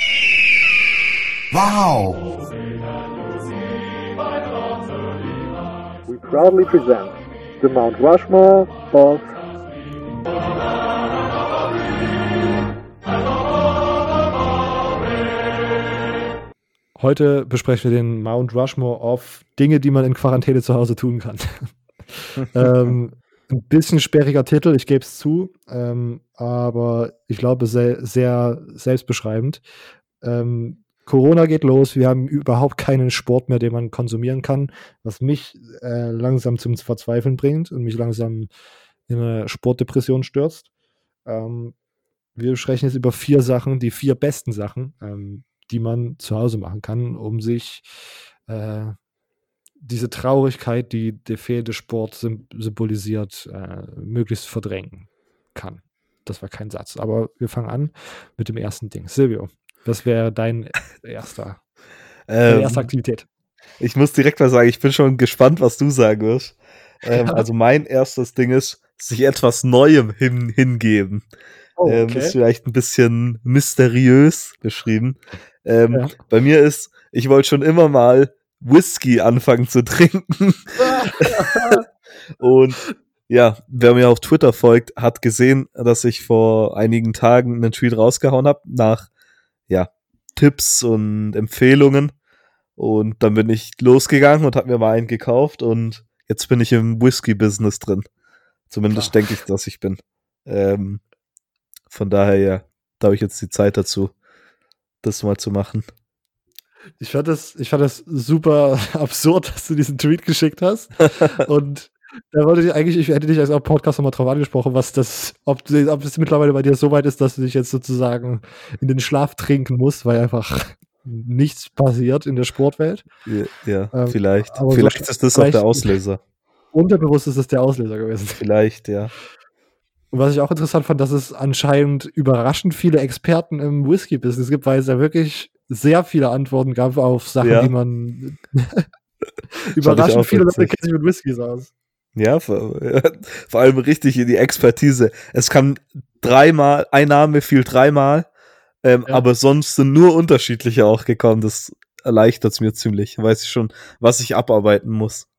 Wow! We proudly present the Mount Rushmore of Heute besprechen wir den Mount Rushmore of Dinge, die man in Quarantäne zu Hause tun kann. ähm, ein bisschen sperriger Titel, ich gebe es zu, ähm, aber ich glaube sehr, sehr selbstbeschreibend. Ähm, Corona geht los, wir haben überhaupt keinen Sport mehr, den man konsumieren kann, was mich äh, langsam zum Verzweifeln bringt und mich langsam in eine Sportdepression stürzt. Ähm, wir sprechen jetzt über vier Sachen, die vier besten Sachen, ähm, die man zu Hause machen kann, um sich äh, diese Traurigkeit, die der fehlende Sport symbolisiert, äh, möglichst verdrängen kann. Das war kein Satz, aber wir fangen an mit dem ersten Ding. Silvio, was wäre dein erster, deine Ähm, erste Aktivität? ich muss direkt mal sagen, ich bin schon gespannt, was du sagen wirst. Ähm, also mein erstes Ding ist, sich etwas Neuem hin, hingeben. Oh, ähm, okay. ist vielleicht ein bisschen mysteriös beschrieben. Ähm, Ja. Bei mir ist, ich wollte schon immer mal Whisky anfangen zu trinken. Und ja, wer mir auf Twitter folgt, hat gesehen, dass ich vor einigen Tagen einen Tweet rausgehauen habe nach ja, Tipps und Empfehlungen. Und dann bin ich losgegangen und habe mir mal einen gekauft und jetzt bin ich im Whisky-Business drin. Zumindest denke ich, dass ich bin. Ähm, von daher, ja, da habe ich jetzt die Zeit dazu, das mal zu machen. Ich fand das, ich fand das super absurd, dass du diesen Tweet geschickt hast. Und da wollte ich eigentlich, ich hätte dich als Podcast nochmal drauf angesprochen, was das, ob, ob es mittlerweile bei dir so weit ist, dass du dich jetzt sozusagen in den Schlaf trinken musst, weil einfach nichts passiert in der Sportwelt. Ja, ja Ähm, vielleicht. aber so Vielleicht sch- ist das auch vielleicht- der Auslöser. Unterbewusst ist es der Auslöser gewesen. Vielleicht, ja. Und was ich auch interessant fand, dass es anscheinend überraschend viele Experten im Whisky-Business gibt, weil es ja wirklich sehr viele Antworten gab auf Sachen, Ja. die man auch überraschend viele Leute witzig. kennen sich mit Whiskys aus. Ja, vor, vor allem richtig in die Expertise. Es kann dreimal, ein Name fiel dreimal, ähm, Ja. aber sonst sind nur unterschiedliche auch gekommen. Das erleichtert es mir ziemlich. Weiß ich schon, was ich abarbeiten muss.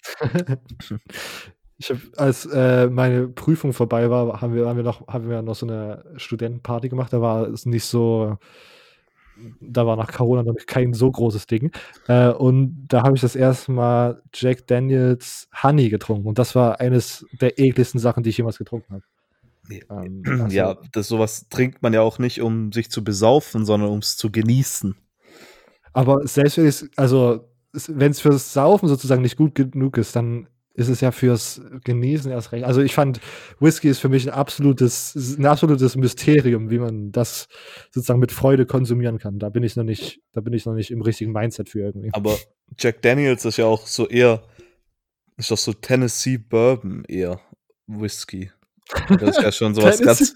Ich habe, als äh, meine Prüfung vorbei war, haben wir, haben wir noch, haben wir noch so eine Studentenparty gemacht. Da war es nicht so, da war nach Corona noch kein so großes Ding. Äh, und da habe ich das erste Mal Jack Daniels Honey getrunken. Und das war eines der ekligsten Sachen, die ich jemals getrunken habe. Ähm, also- Ja, das sowas trinkt man ja auch nicht, um sich zu besaufen, sondern um es zu genießen. Aber selbst wenn es, also wenn es fürs Saufen sozusagen nicht gut genug ist, dann ist es ja fürs Genießen erst recht. Also ich fand, Whisky ist für mich ein absolutes, ein absolutes Mysterium, wie man das sozusagen mit Freude konsumieren kann. Da bin ich noch nicht, da bin ich noch nicht im richtigen Mindset für irgendwie. Aber Jack Daniels ist ja auch so eher, ist doch so Tennessee Bourbon eher Whisky. Das ist ja schon sowas ganz.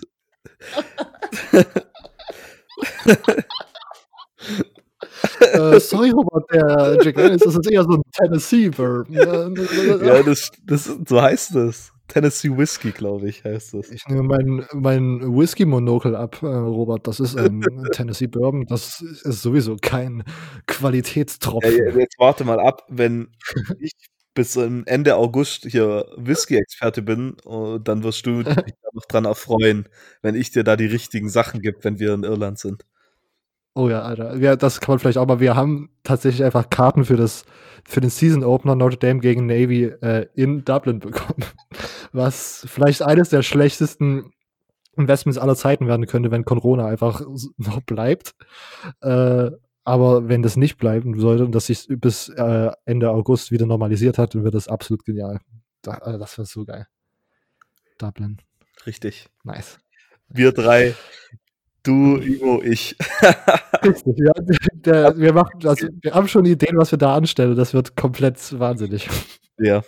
äh, sorry, Robert, der Jack Daniels, das ist eher so ein Tennessee Bourbon. Ja, das, das, so heißt das. Tennessee Whisky, glaube ich, heißt das. Ich nehme mein, mein Whisky-Monokel ab, äh, Robert. Das ist ein Tennessee Bourbon. Das ist sowieso kein Qualitätstropfen. Ja, jetzt warte mal ab, wenn ich bis Ende August hier Whisky-Experte bin, und dann wirst du dich da noch dran erfreuen, wenn ich dir da die richtigen Sachen gebe, wenn wir in Irland sind. Oh ja, Alter. Ja, das kann man vielleicht auch mal. Wir haben tatsächlich einfach Karten für das für den Season Opener Notre Dame gegen Navy äh, in Dublin bekommen. Was vielleicht eines der schlechtesten Investments aller Zeiten werden könnte, wenn Corona einfach noch bleibt. Äh, aber wenn das nicht bleiben sollte und das sich bis äh, Ende August wieder normalisiert hat, dann wird das absolut genial. Da, also das wäre so geil. Dublin. Richtig. Nice. Wir drei. Du, Imo, ich. Richtig, ja, der, wir, machen, also, wir haben schon Ideen, was wir da anstellen. Das wird komplett wahnsinnig. Ja.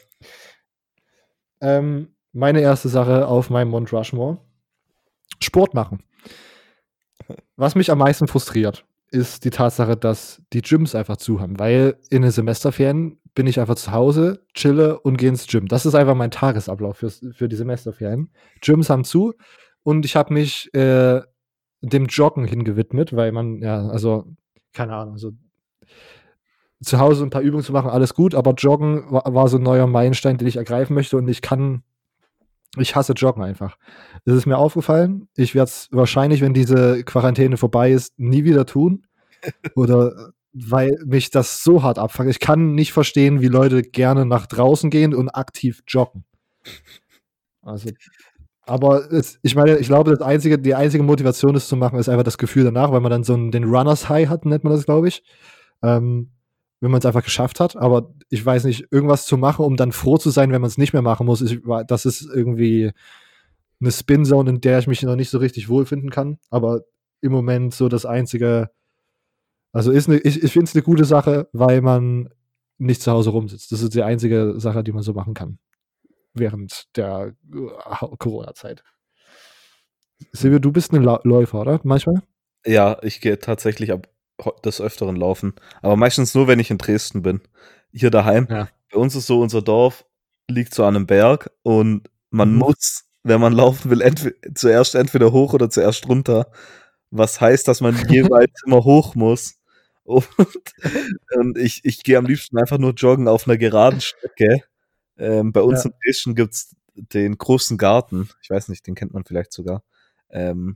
Ähm, meine erste Sache auf meinem Mount Rushmore: Sport machen. Was mich am meisten frustriert, ist die Tatsache, dass die Gyms einfach zu haben. Weil in den Semesterferien bin ich einfach zu Hause, chille und gehe ins Gym. Das ist einfach mein Tagesablauf für, für die Semesterferien. Gyms haben zu und ich habe mich äh, dem Joggen hingewidmet, weil man, ja, also, keine Ahnung, so zu Hause ein paar Übungen zu machen, alles gut, aber Joggen war, war so ein neuer Meilenstein, den ich ergreifen möchte und ich kann, ich hasse Joggen einfach. Das ist mir aufgefallen. Ich werde es wahrscheinlich, wenn diese Quarantäne vorbei ist, nie wieder tun. Oder weil mich das so hart abfuckt. Ich kann nicht verstehen, wie Leute gerne nach draußen gehen und aktiv joggen. Also, aber es, ich meine, ich glaube, das einzige, die einzige Motivation, das zu machen, ist einfach das Gefühl danach, weil man dann so einen, den Runners High hat, nennt man das, glaube ich. Ähm, wenn man es einfach geschafft hat. Aber ich weiß nicht, irgendwas zu machen, um dann froh zu sein, wenn man es nicht mehr machen muss. Ich, das ist irgendwie eine Spin-Zone, in der ich mich noch nicht so richtig wohlfinden kann. Aber im Moment so das einzige, also ist eine, ich, ich finde es eine gute Sache, weil man nicht zu Hause rumsitzt. Das ist die einzige Sache, die man so machen kann. Während der äh, Corona-Zeit. Silvio, du bist ein La- Läufer, oder? Manchmal? Ja, ich gehe tatsächlich ab des Öfteren laufen. Aber meistens nur, wenn ich in Dresden bin. Hier daheim. Ja. Bei uns ist so, unser Dorf liegt so an einem Berg und man Mhm. muss, wenn man laufen will, entweder, zuerst entweder hoch oder zuerst runter. Was heißt, dass man jeweils immer hoch muss. Und, und ich, ich gehe am liebsten einfach nur joggen auf einer geraden Strecke. Ähm, bei uns Ja. in Dresden gibt es den großen Garten. Ich weiß nicht, den kennt man vielleicht sogar. Ähm,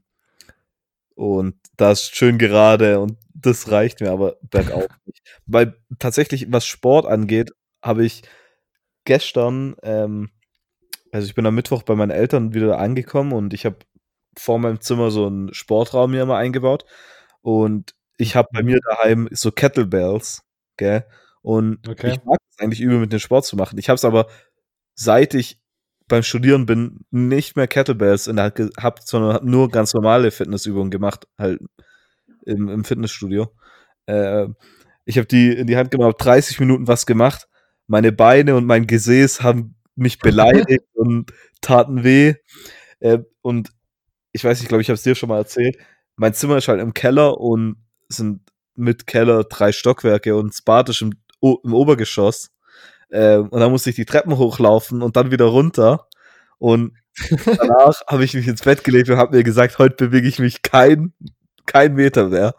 und das ist schön gerade und das reicht mir, aber bergauf nicht. Weil tatsächlich, was Sport angeht, habe ich gestern, ähm, also ich bin am Mittwoch bei meinen Eltern wieder angekommen und ich habe vor meinem Zimmer so einen Sportraum mir mal eingebaut und ich habe bei mir daheim so Kettlebells, gell? Und Okay. ich mag es eigentlich übel, mit dem Sport zu machen. Ich habe es aber, seit ich beim Studieren bin, nicht mehr Kettlebells in der Hand gehabt, sondern habe nur ganz normale Fitnessübungen gemacht, halt im, im Fitnessstudio. Äh, ich habe die in die Hand genommen, habe dreißig Minuten was gemacht. Meine Beine und mein Gesäß haben mich beleidigt und taten weh. Äh, und ich weiß nicht, glaube ich, habe es dir schon mal erzählt. Mein Zimmer ist halt im Keller und sind mit Keller drei Stockwerke und das Bad ist im, o- im Obergeschoss. Äh, und dann musste ich die Treppen hochlaufen und dann wieder runter. Und danach habe ich mich ins Bett gelegt und habe mir gesagt, heute bewege ich mich kein, kein Meter mehr.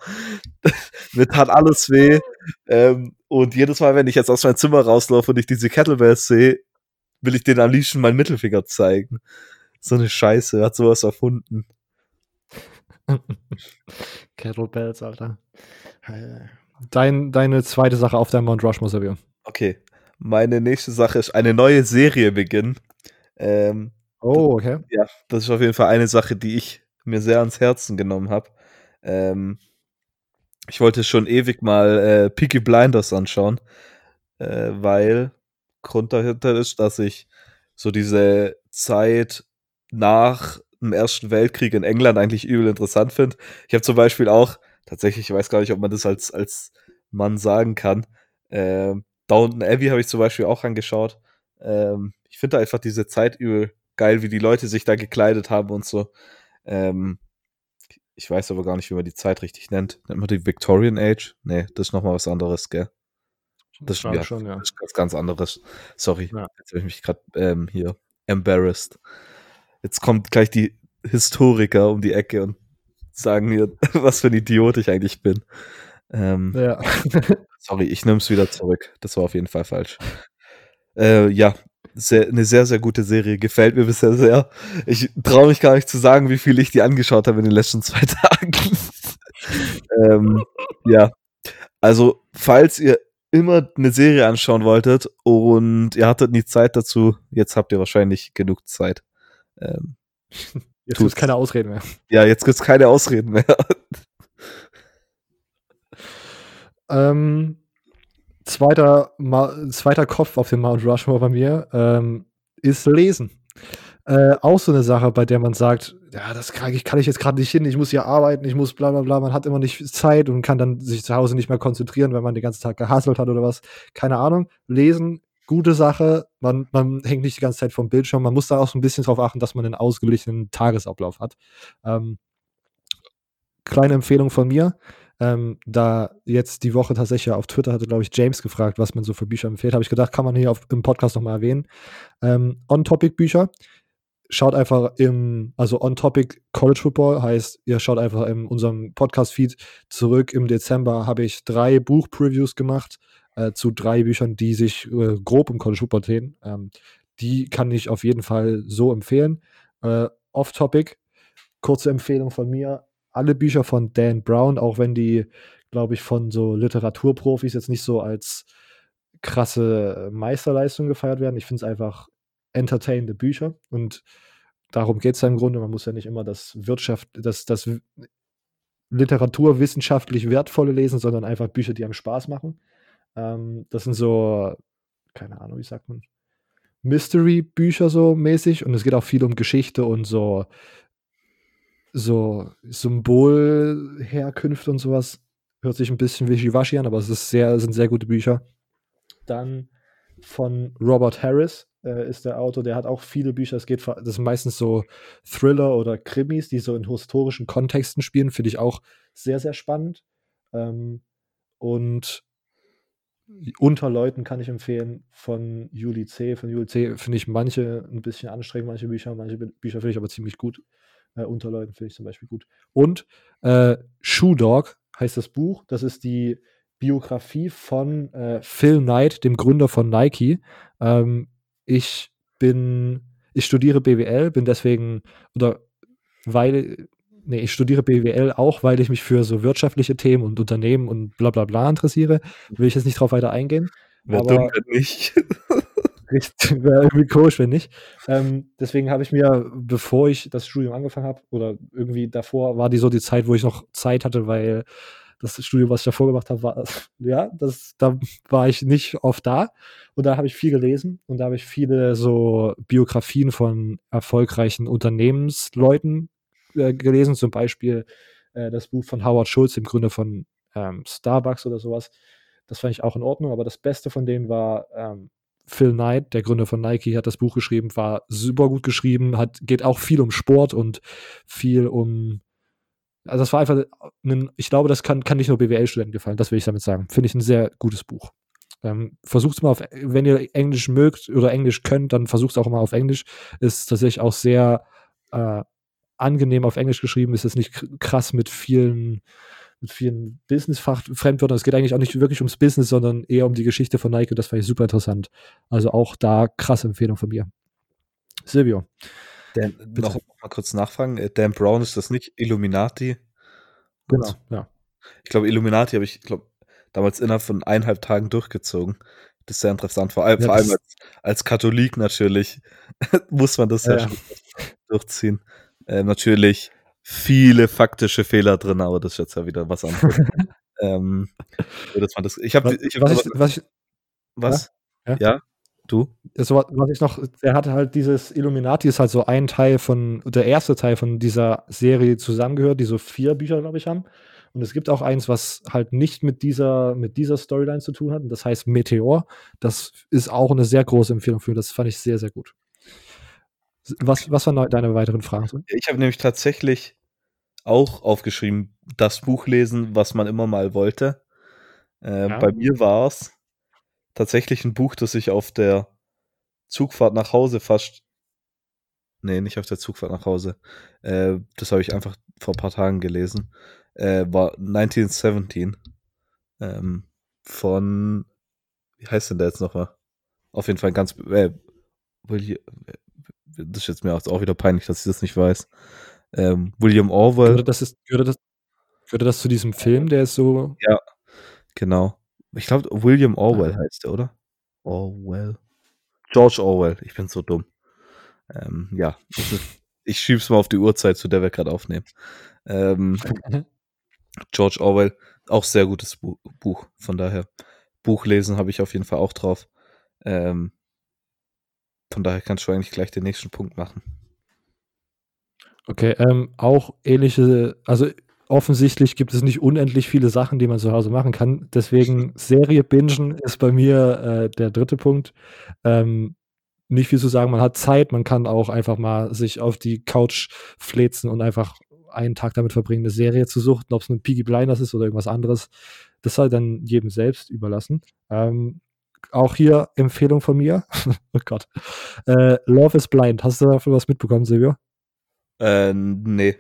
Mir tat alles weh. Ähm, und jedes Mal, wenn ich jetzt aus meinem Zimmer rauslaufe und ich diese Kettlebells sehe, will ich denen am liebsten meinen Mittelfinger zeigen. So eine Scheiße, hat sowas erfunden. Kettlebells, Alter. Dein, deine zweite Sache auf deinem Mount Rushmore, Silvio. Okay, meine nächste Sache ist eine neue Serie beginnen. Ähm, Oh, okay. ja, das ist auf jeden Fall eine Sache, die ich mir sehr ans Herzen genommen habe. Ähm, ich wollte schon ewig mal äh, Peaky Blinders anschauen, äh, weil Grund dahinter ist, dass ich so diese Zeit nach dem Ersten Weltkrieg in England eigentlich übel interessant finde. Ich habe zum Beispiel auch, tatsächlich, ich weiß gar nicht, ob man das als, als Mann sagen kann, äh, Downton Abbey habe ich zum Beispiel auch angeschaut. Ähm, ich finde einfach diese Zeit übel geil, wie die Leute sich da gekleidet haben und so. Ähm, ich weiß aber gar nicht, wie man die Zeit richtig nennt. Nennt man die Victorian Age? Nee, das ist nochmal was anderes, gell? Das, Glaube ja, schon, ja. das ist was ganz anderes. Sorry, Ja. jetzt habe ich mich gerade ähm, hier embarrassed. Jetzt kommt gleich die Historiker um die Ecke und sagen mir, was für ein Idiot ich eigentlich bin. Ähm, Ja. sorry, ich nehme es wieder zurück. Das war auf jeden Fall falsch. Äh, ja, sehr, eine sehr, sehr gute Serie. Gefällt mir bisher sehr. Ich traue mich gar nicht zu sagen, wie viel ich die angeschaut habe in den letzten zwei Tagen. ähm, ja, also falls ihr immer eine Serie anschauen wolltet und ihr hattet nie Zeit dazu, jetzt habt ihr wahrscheinlich genug Zeit. Ähm, Jetzt gibt es keine Ausreden mehr. Ja, jetzt gibt es keine Ausreden mehr. ähm, zweiter, Ma- zweiter Kopf auf dem Mount Rushmore bei mir ähm, ist Lesen. Äh, auch so eine Sache, bei der man sagt, ja, das kann ich, kann ich jetzt gerade nicht hin, ich muss hier arbeiten, ich muss bla bla bla, man hat immer nicht Zeit und kann dann sich zu Hause nicht mehr konzentrieren, wenn man den ganzen Tag gehustelt hat oder was. Keine Ahnung. Lesen, gute Sache, man, man hängt nicht die ganze Zeit vom Bildschirm, man muss da auch so ein bisschen drauf achten, dass man einen ausgeglichenen Tagesablauf hat. Ähm, kleine Empfehlung von mir. Ähm, da jetzt die Woche tatsächlich auf Twitter hatte, glaube ich, James gefragt, was man so für Bücher empfiehlt, habe ich gedacht, kann man hier auf, im Podcast nochmal erwähnen. Ähm, On-Topic-Bücher. Schaut einfach im, also On-Topic College Football heißt, ihr schaut einfach in unserem Podcast-Feed zurück. Im Dezember habe ich drei Buch-Previews gemacht äh, zu drei Büchern, die sich äh, grob um College Football drehen. Ähm, die kann ich auf jeden Fall so empfehlen. Äh, Off-Topic, kurze Empfehlung von mir. Alle Bücher von Dan Brown, auch wenn die, glaube ich, von so Literaturprofis jetzt nicht so als krasse Meisterleistung gefeiert werden. Ich finde es einfach entertainende Bücher und darum geht es ja im Grunde. Man muss ja nicht immer das Wirtschaft, das, das literaturwissenschaftlich Wertvolle lesen, sondern einfach Bücher, die einem Spaß machen. Ähm, das sind so, keine Ahnung, wie sagt man, Mystery-Bücher so mäßig und es geht auch viel um Geschichte und so so Symbolherkünfte und sowas. Hört sich ein bisschen wischiwaschi an, aber es ist sehr, sind sehr gute Bücher. Dann von Robert Harris äh, ist der Autor, der hat auch viele Bücher. Es geht, das sind meistens so Thriller oder Krimis, die so in historischen Kontexten spielen. Finde ich auch sehr, sehr spannend. Ähm, und Unter Leuten kann ich empfehlen von Juli C. Von Juli C. finde ich manche ein bisschen anstrengend, manche Bücher, manche Bücher finde ich aber ziemlich gut. Äh, Unter Leuten finde ich zum Beispiel gut. Und äh, Shoe Dog heißt das Buch. Das ist die Biografie von äh, Phil Knight, dem Gründer von Nike. Ähm, ich bin, ich studiere B W L, bin deswegen, oder weil, nee, ich studiere B W L auch, weil ich mich für so wirtschaftliche Themen und Unternehmen und bla bla bla interessiere. Will ich jetzt nicht drauf weiter eingehen. Wer aber dumm, wenn nicht. Richtig, wäre irgendwie komisch, wenn nicht. Ähm, deswegen habe ich mir, bevor ich das Studium angefangen habe, oder irgendwie davor, war die so die Zeit, wo ich noch Zeit hatte, weil das Studium, was ich davor gemacht habe, war, ja, das, da war ich nicht oft da. Und da habe ich viel gelesen und da habe ich viele so Biografien von erfolgreichen Unternehmensleuten äh, gelesen, zum Beispiel äh, das Buch von Howard Schultz, dem Gründer von ähm, Starbucks oder sowas. Das fand ich auch in Ordnung, aber das Beste von denen war ähm, Phil Knight, der Gründer von Nike, hat das Buch geschrieben, war super gut geschrieben, hat, geht auch viel um Sport und viel um, also das war einfach, ein, ich glaube, das kann, kann nicht nur B W L-Studenten gefallen, das will ich damit sagen. Finde ich ein sehr gutes Buch. Ähm, versucht es mal auf, wenn ihr Englisch mögt oder Englisch könnt, dann versucht es auch mal auf Englisch. Ist tatsächlich auch sehr äh, angenehm auf Englisch geschrieben, ist es nicht krass mit vielen mit vielen Business-Fach-Fremdwörtern. Es geht eigentlich auch nicht wirklich ums Business, sondern eher um die Geschichte von Nike. Das fand ich super interessant. Also auch da krasse Empfehlung von mir. Silvio. Dan, noch mal kurz nachfragen. Dan Brown, ist das nicht Illuminati? Genau, ja. Ich glaube, Illuminati habe ich, glaube damals innerhalb von eineinhalb Tagen durchgezogen. Das ist sehr interessant. Vor allem, ja, vor allem als, als Katholik natürlich muss man das ja, ja schon durchziehen. Äh, natürlich viele faktische Fehler drin, aber das ist jetzt ja wieder was anderes. ähm, so, dass man das, ich habe, Was, ich hab was, aber, ich, was, ich, was? Ja? Ja, du? das, war- was ich noch, der hatte halt dieses Illuminati, ist halt so ein Teil von, der erste Teil von dieser Serie zusammengehört, die so vier Bücher, glaube ich, haben. Und es gibt auch eins, was halt nicht mit dieser, mit dieser Storyline zu tun hat. Und das heißt Meteor. Das ist auch eine sehr große Empfehlung für. Das fand ich sehr, sehr gut. Was, was waren neu- deine weiteren Fragen? So? Ich habe nämlich tatsächlich auch aufgeschrieben, das Buch lesen, was man immer mal wollte. Äh, Ja. Bei mir war es tatsächlich ein Buch, das ich auf der Zugfahrt nach Hause fast. Nee, nicht auf der Zugfahrt nach Hause. Äh, das habe ich einfach vor ein paar Tagen gelesen. Äh, war neunzehnhundertsiebzehn. Ähm, von. Wie heißt denn der jetzt nochmal? Auf jeden Fall ganz. Äh, William, das ist jetzt mir auch wieder peinlich, dass ich das nicht weiß. Ähm, William Orwell. Gehörte das, ist, gehörte, das, gehörte das zu diesem Film, der ist so. Ja, genau. Ich glaube, William Orwell Ah. heißt der, oder? Orwell. George Orwell. Ich bin so dumm. Ähm, ja, das ist, ich schieb's mal auf die Uhrzeit, zu der wir gerade aufnehmen. Ähm, George Orwell, auch sehr gutes Bu- Buch. Von daher, Buch lesen habe ich auf jeden Fall auch drauf. Ähm, von daher kannst du eigentlich gleich den nächsten Punkt machen. Okay, ähm, auch ähnliche, also offensichtlich gibt es nicht unendlich viele Sachen, die man zu Hause machen kann. Deswegen Serie bingen ist bei mir äh, der dritte Punkt. Ähm, nicht viel zu sagen, man hat Zeit, man kann auch einfach mal sich auf die Couch fläzen und einfach einen Tag damit verbringen, eine Serie zu suchten, ob es ein Peaky Blinders ist oder irgendwas anderes. Das soll dann jedem selbst überlassen. Ähm, auch hier Empfehlung von mir. Oh Gott. Äh, Love is Blind. Hast du davon was mitbekommen, Silvio? Äh, nee.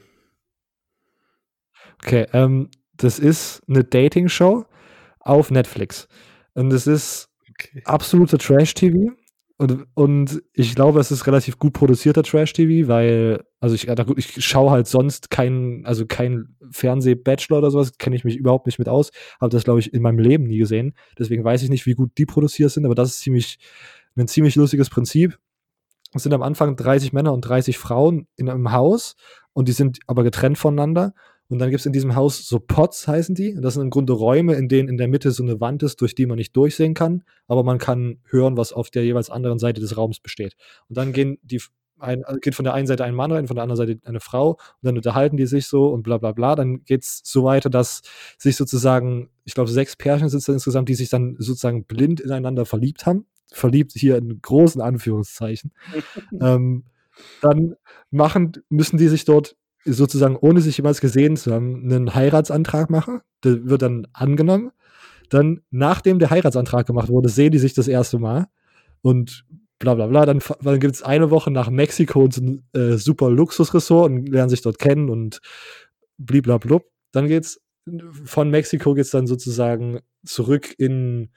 Okay, ähm, das ist eine Dating-Show auf Netflix. Und es ist Okay. absoluter Trash-T V. Und, und ich glaube, es ist relativ gut produzierter Trash-T V, weil, also ich, ich schaue halt sonst keinen, also kein Fernseh-Bachelor oder sowas, kenne ich mich überhaupt nicht mit aus. Habe das, glaube ich, in meinem Leben nie gesehen. Deswegen weiß ich nicht, wie gut die produziert sind, aber das ist ziemlich, ein ziemlich lustiges Prinzip. Es sind am Anfang dreißig Männer und dreißig Frauen in einem Haus und die sind aber getrennt voneinander. Und dann gibt es in diesem Haus so Pots, heißen die. Und das sind im Grunde Räume, in denen in der Mitte so eine Wand ist, durch die man nicht durchsehen kann, aber man kann hören, was auf der jeweils anderen Seite des Raums besteht. Und dann gehen die, ein, geht von der einen Seite ein Mann rein, von der anderen Seite eine Frau und dann unterhalten die sich so und bla bla bla. Dann geht es so weiter, dass sich sozusagen, ich glaube, sechs Pärchen sind es insgesamt, die sich dann sozusagen blind ineinander verliebt haben. Verliebt hier in großen Anführungszeichen. ähm, dann machen, müssen die sich dort sozusagen, ohne sich jemals gesehen zu haben, einen Heiratsantrag machen. Der wird dann angenommen. Dann, nachdem der Heiratsantrag gemacht wurde, sehen die sich das erste Mal und bla bla bla. Dann, dann gibt es eine Woche nach Mexiko und so ein äh, super Luxusressort und lernen sich dort kennen und bliblablub. Dann geht's von Mexiko geht's dann sozusagen zurück in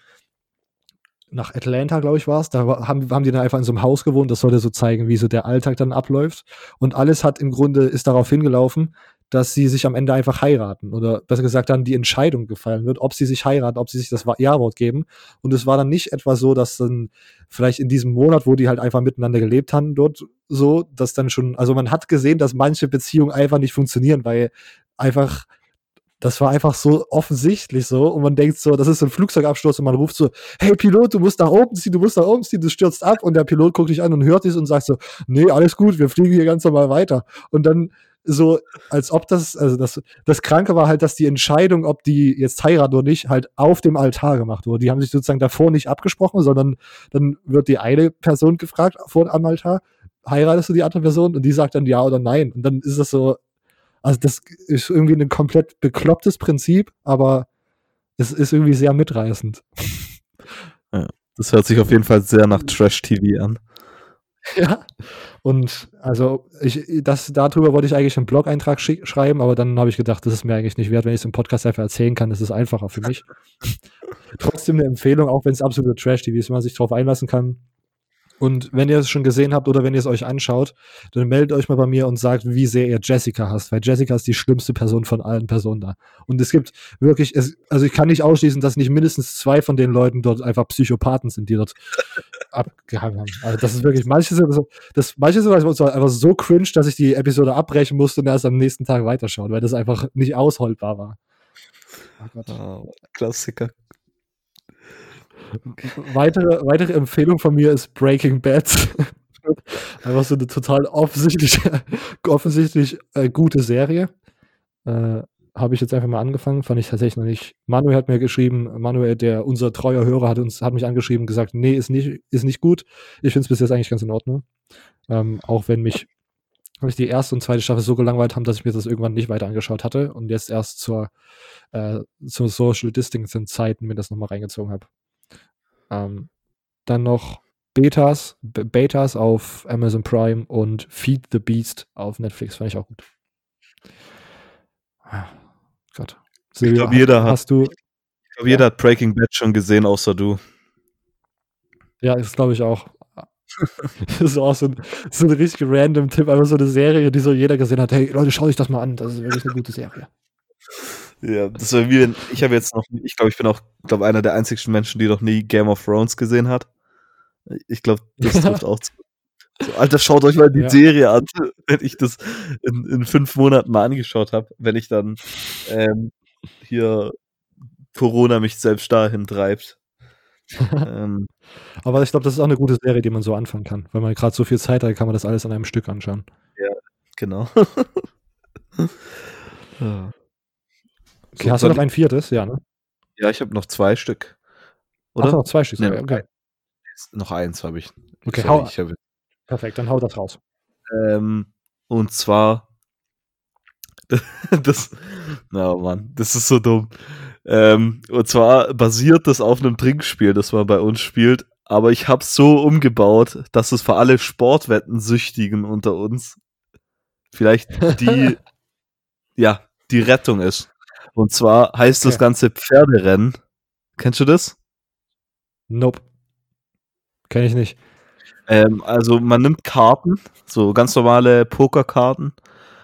nach Atlanta, glaube ich, war es. Da war- haben, haben die dann einfach in so einem Haus gewohnt. Das sollte so zeigen, wie so der Alltag dann abläuft. Und alles hat im Grunde, ist darauf hingelaufen, dass sie sich am Ende einfach heiraten. Oder besser gesagt, dann die Entscheidung gefallen wird, ob sie sich heiraten, ob sie sich das Wa- Ja-Wort geben. Und es war dann nicht etwa so, dass dann vielleicht in diesem Monat, wo die halt einfach miteinander gelebt haben, dort so, dass dann schon, also man hat gesehen, dass manche Beziehungen einfach nicht funktionieren, weil einfach das war einfach so offensichtlich so und man denkt so, das ist so ein Flugzeugabsturz und man ruft so, hey Pilot, du musst nach oben ziehen, du musst nach oben ziehen, du stürzt ab und der Pilot guckt dich an und hört es und sagt so, nee, alles gut, wir fliegen hier ganz normal weiter. Und dann so, als ob das, also das, das Kranke war halt, dass die Entscheidung, ob die jetzt heiraten oder nicht, halt auf dem Altar gemacht wurde. Die haben sich sozusagen davor nicht abgesprochen, sondern dann wird die eine Person gefragt vor am Altar, heiratest du die andere Person? Und die sagt dann ja oder nein. Und dann ist das so, also das ist irgendwie ein komplett beklopptes Prinzip, aber es ist irgendwie sehr mitreißend. Ja, das hört sich auf jeden Fall sehr nach Trash-T V an. Ja. Und also ich, das, darüber wollte ich eigentlich einen Blog-Eintrag sch- schreiben, aber dann habe ich gedacht, das ist mir eigentlich nicht wert, wenn ich es im Podcast einfach erzählen kann, das ist einfacher für mich. Trotzdem eine Empfehlung, auch wenn es absolute Trash-T V ist, wenn man sich drauf einlassen kann. Und wenn ihr es schon gesehen habt oder wenn ihr es euch anschaut, dann meldet euch mal bei mir und sagt, wie sehr ihr Jessica hasst, weil Jessica ist die schlimmste Person von allen Personen da. Und es gibt wirklich, es, also ich kann nicht ausschließen, dass nicht mindestens zwei von den Leuten dort einfach Psychopathen sind, die dort abgehangen haben. Also das ist wirklich, manche sind so, das, manche sind einfach so cringe, dass ich die Episode abbrechen musste und erst am nächsten Tag weiterschauen, weil das einfach nicht ausholbar war. Oh Gott. Oh, Klassiker. Weitere, weitere Empfehlung von mir ist Breaking Bad. Einfach so eine total offensichtliche, offensichtlich äh, gute Serie. Äh, Habe ich jetzt einfach mal angefangen, fand ich tatsächlich noch nicht. Manuel hat mir geschrieben, Manuel, der unser treuer Hörer, hat uns, hat mich angeschrieben, gesagt, nee, ist nicht, ist nicht gut. Ich finde es bis jetzt eigentlich ganz in Ordnung. Ähm, auch wenn mich, wenn mich die erste und zweite Staffel so gelangweilt haben, dass ich mir das irgendwann nicht weiter angeschaut hatte und jetzt erst zur, äh, zur Social Distancing Zeiten mir das nochmal reingezogen habe. Ähm, dann noch Betas, B- Betas auf Amazon Prime und Feed the Beast auf Netflix, fand ich auch gut. Ah, Gott. Ich glaube, jeder, hat- hast du, ich glaub, jeder hat Breaking Bad schon gesehen, außer du. ja, das glaube ich auch. Das ist auch so ein, so ein richtig random Tipp, einfach so eine Serie, die so jeder gesehen hat. Hey, Leute, schaut euch das mal an, das ist wirklich eine gute Serie. Ja, das war wie wenn, ich habe jetzt noch, ich glaube, ich bin auch, glaube einer der einzigsten Menschen, die noch nie Game of Thrones gesehen hat. Ich glaube, das trifft auch zu. So, Alter, schaut euch mal die Ja. Serie an, wenn ich das in, in fünf Monaten mal angeschaut habe, wenn ich dann ähm, hier Corona mich selbst dahin treibt. ähm, Aber ich glaube, das ist auch eine gute Serie, die man so anfangen kann. Weil man gerade so viel Zeit hat, kann man das alles an einem Stück anschauen. genau. ja. Okay, So, hast du soll noch ein viertes? Ja, ne? Ja, ich habe noch zwei Stück. Ach, Oder? noch zwei Stück. Nee, sogar, noch, okay. ein, noch eins habe ich. Okay, ich hau- hab, ich hab, Perfekt, dann hau das raus. ähm, und zwar das, na Mann, das ist so dumm. Ähm, und zwar basiert das auf einem Trinkspiel, das man bei uns spielt, aber ich habe so umgebaut, dass es für alle Sportwettensüchtigen unter uns vielleicht die, ja, die Rettung ist. Und zwar heißt das Okay. Ganze Pferderennen. Kennst du das? Nope. Kenn ich nicht. Ähm, also man nimmt Karten, so ganz normale Pokerkarten,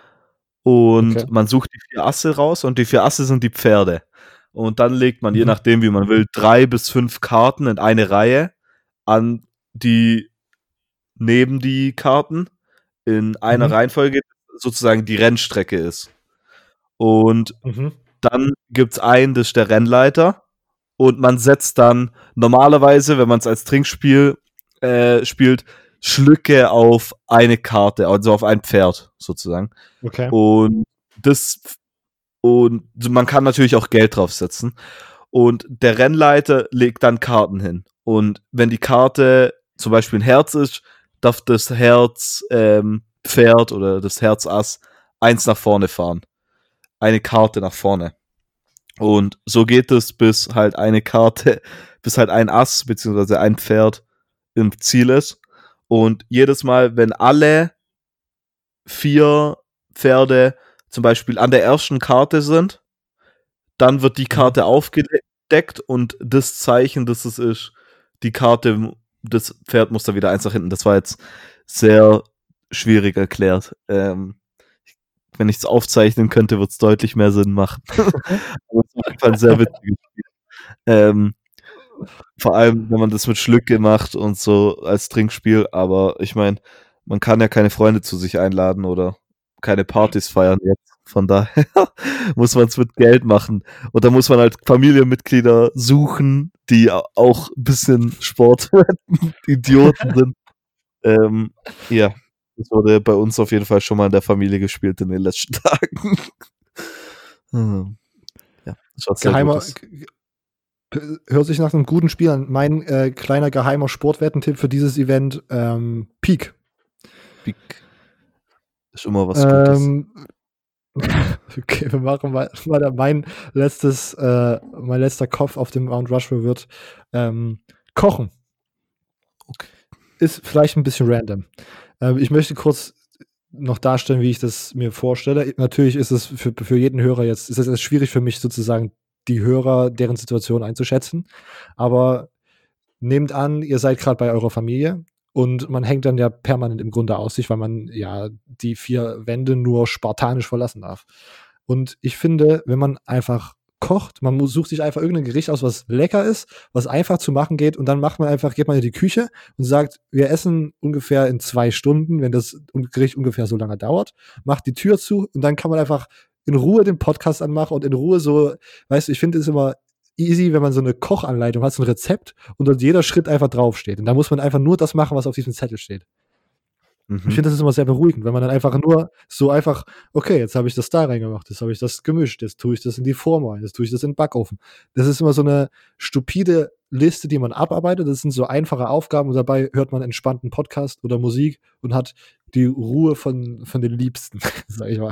und Okay. man sucht die vier Asse raus, und die vier Asse sind die Pferde. Und dann legt man, je Mhm. nachdem wie man will, drei bis fünf Karten in eine Reihe an die neben die Karten in einer Mhm. Reihenfolge sozusagen die Rennstrecke ist. Und Mhm. dann gibt's einen, das ist der Rennleiter, und man setzt dann normalerweise, wenn man es als Trinkspiel äh, spielt, Schlücke auf eine Karte, also auf ein Pferd sozusagen. Okay. Und das und man kann natürlich auch Geld draufsetzen. Und der Rennleiter legt dann Karten hin. Und wenn die Karte zum Beispiel ein Herz ist, darf das Herz ähm, Pferd oder das Herz Ass eins nach vorne fahren. Eine Karte nach vorne. Und so geht es, bis halt eine Karte, bis halt ein Ass beziehungsweise ein Pferd im Ziel ist. Und jedes Mal, wenn alle vier Pferde zum Beispiel an der ersten Karte sind, dann wird die Karte aufgedeckt, und das Zeichen, das es ist, die Karte, das Pferd muss da wieder eins nach hinten. Das war jetzt sehr schwierig erklärt. Ähm, wenn ich es aufzeichnen könnte, wird es deutlich mehr Sinn machen. Aber es war einfach ein sehr witziges Spiel. Ähm, vor allem, wenn man das mit Schlücke macht und so als Trinkspiel. Aber ich meine, man kann ja keine Freunde zu sich einladen oder keine Partys feiern jetzt. Von daher muss man es mit Geld machen. Und da muss man halt Familienmitglieder suchen, die auch ein bisschen Sportidioten sind. Ähm, ja, das wurde bei uns auf jeden Fall schon mal in der Familie gespielt in den letzten Tagen. hm. Ja, das war sehr Geheimer, gutes. g- hört sich nach einem guten Spiel an. Mein äh, kleiner geheimer Sportwettentipp für dieses Event, ähm, Peak. Peak. Ist immer was Gutes. Ähm, okay, wir machen mal, mal mein letztes, äh, mein letzter Kopf auf dem Mount Rushmore wird ähm, Kochen. Okay. Ist vielleicht ein bisschen random. Ähm, ich möchte kurz noch darstellen, wie ich das mir vorstelle. Natürlich ist es für, für jeden Hörer jetzt, ist es schwierig für mich sozusagen, die Hörer, deren Situation einzuschätzen. Aber nehmt an, ihr seid gerade bei eurer Familie und man hängt dann ja permanent im Grunde aus sich, weil man ja die vier Wände nur spartanisch verlassen darf. Und ich finde, wenn man einfach kocht, man muss, sucht sich einfach irgendein Gericht aus, was lecker ist, was einfach zu machen geht, und dann macht man einfach, geht man in die Küche und sagt, wir essen ungefähr in zwei Stunden, wenn das Gericht ungefähr so lange dauert, macht die Tür zu, und dann kann man einfach in Ruhe den Podcast anmache und in Ruhe so, weißt du, ich finde es immer easy, wenn man so eine Kochanleitung hat, so ein Rezept und dort jeder Schritt einfach draufsteht. Und da muss man einfach nur das machen, was auf diesem Zettel steht. Mhm. Ich finde, das ist immer sehr beruhigend, wenn man dann einfach nur so einfach, okay, jetzt habe ich das da reingemacht, jetzt habe ich das gemischt, jetzt tue ich das in die Form rein, jetzt tue ich das in den Backofen. Das ist immer so eine stupide Liste, die man abarbeitet. Das sind so einfache Aufgaben und dabei hört man entspannten Podcast oder Musik und hat die Ruhe von, von den Liebsten, sag ich mal.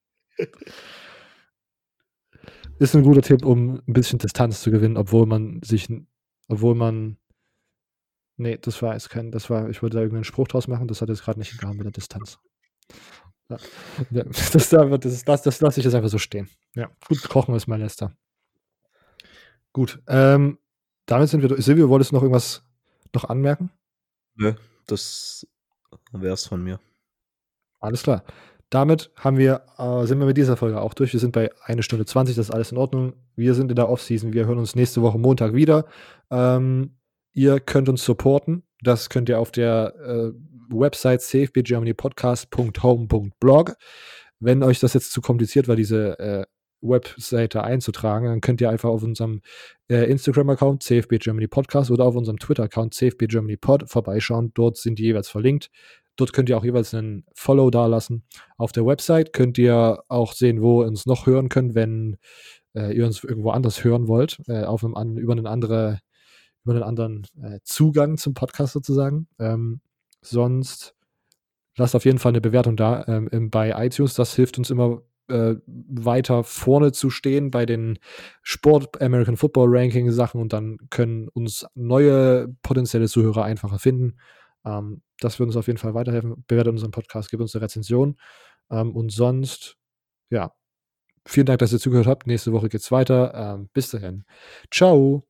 Ist ein guter Tipp, um ein bisschen Distanz zu gewinnen, obwohl man sich, obwohl man Nee, das war jetzt kein, das war, ich wollte da irgendeinen Spruch draus machen, das hat jetzt gerade nicht hingehauen mit der Distanz. Ja. Ja, das, das, das, das, das lasse ich jetzt einfach so stehen. Ja, gut, Kochen ist mein letzter. Gut, ähm, damit sind wir durch. Silvio, wolltest du noch irgendwas noch anmerken? Nö, das wär's von mir. Alles klar. Damit haben wir, äh, sind wir mit dieser Folge auch durch. Wir sind bei eine Stunde zwanzig, das ist alles in Ordnung. Wir sind in der Offseason, wir hören uns nächste Woche Montag wieder. Ähm, Ihr könnt uns supporten. Das könnt ihr auf der äh, Website c f b germany podcast punkt home punkt blog. Wenn euch das jetzt zu kompliziert war, diese äh, Webseite einzutragen, dann könnt ihr einfach auf unserem äh, Instagram-Account C F B Germany Podcast oder auf unserem Twitter-Account C F B Germany Pod vorbeischauen. Dort sind die jeweils verlinkt. Dort könnt ihr auch jeweils einen Follow dalassen. Auf der Website könnt ihr auch sehen, wo ihr uns noch hören könnt, wenn äh, ihr uns irgendwo anders hören wollt, äh, auf einem an, über einen andere über einen anderen äh, Zugang zum Podcast sozusagen. Ähm, sonst lasst auf jeden Fall eine Bewertung da ähm, bei iTunes. Das hilft uns immer äh, weiter vorne zu stehen bei den Sport American Football Ranking Sachen und dann können uns neue potenzielle Zuhörer einfacher finden. Ähm, das würde uns auf jeden Fall weiterhelfen. Bewertet unseren Podcast, gebt uns eine Rezension. Ähm, und sonst, ja, vielen Dank, dass ihr zugehört habt. Nächste Woche geht's weiter. Ähm, bis dahin. Ciao.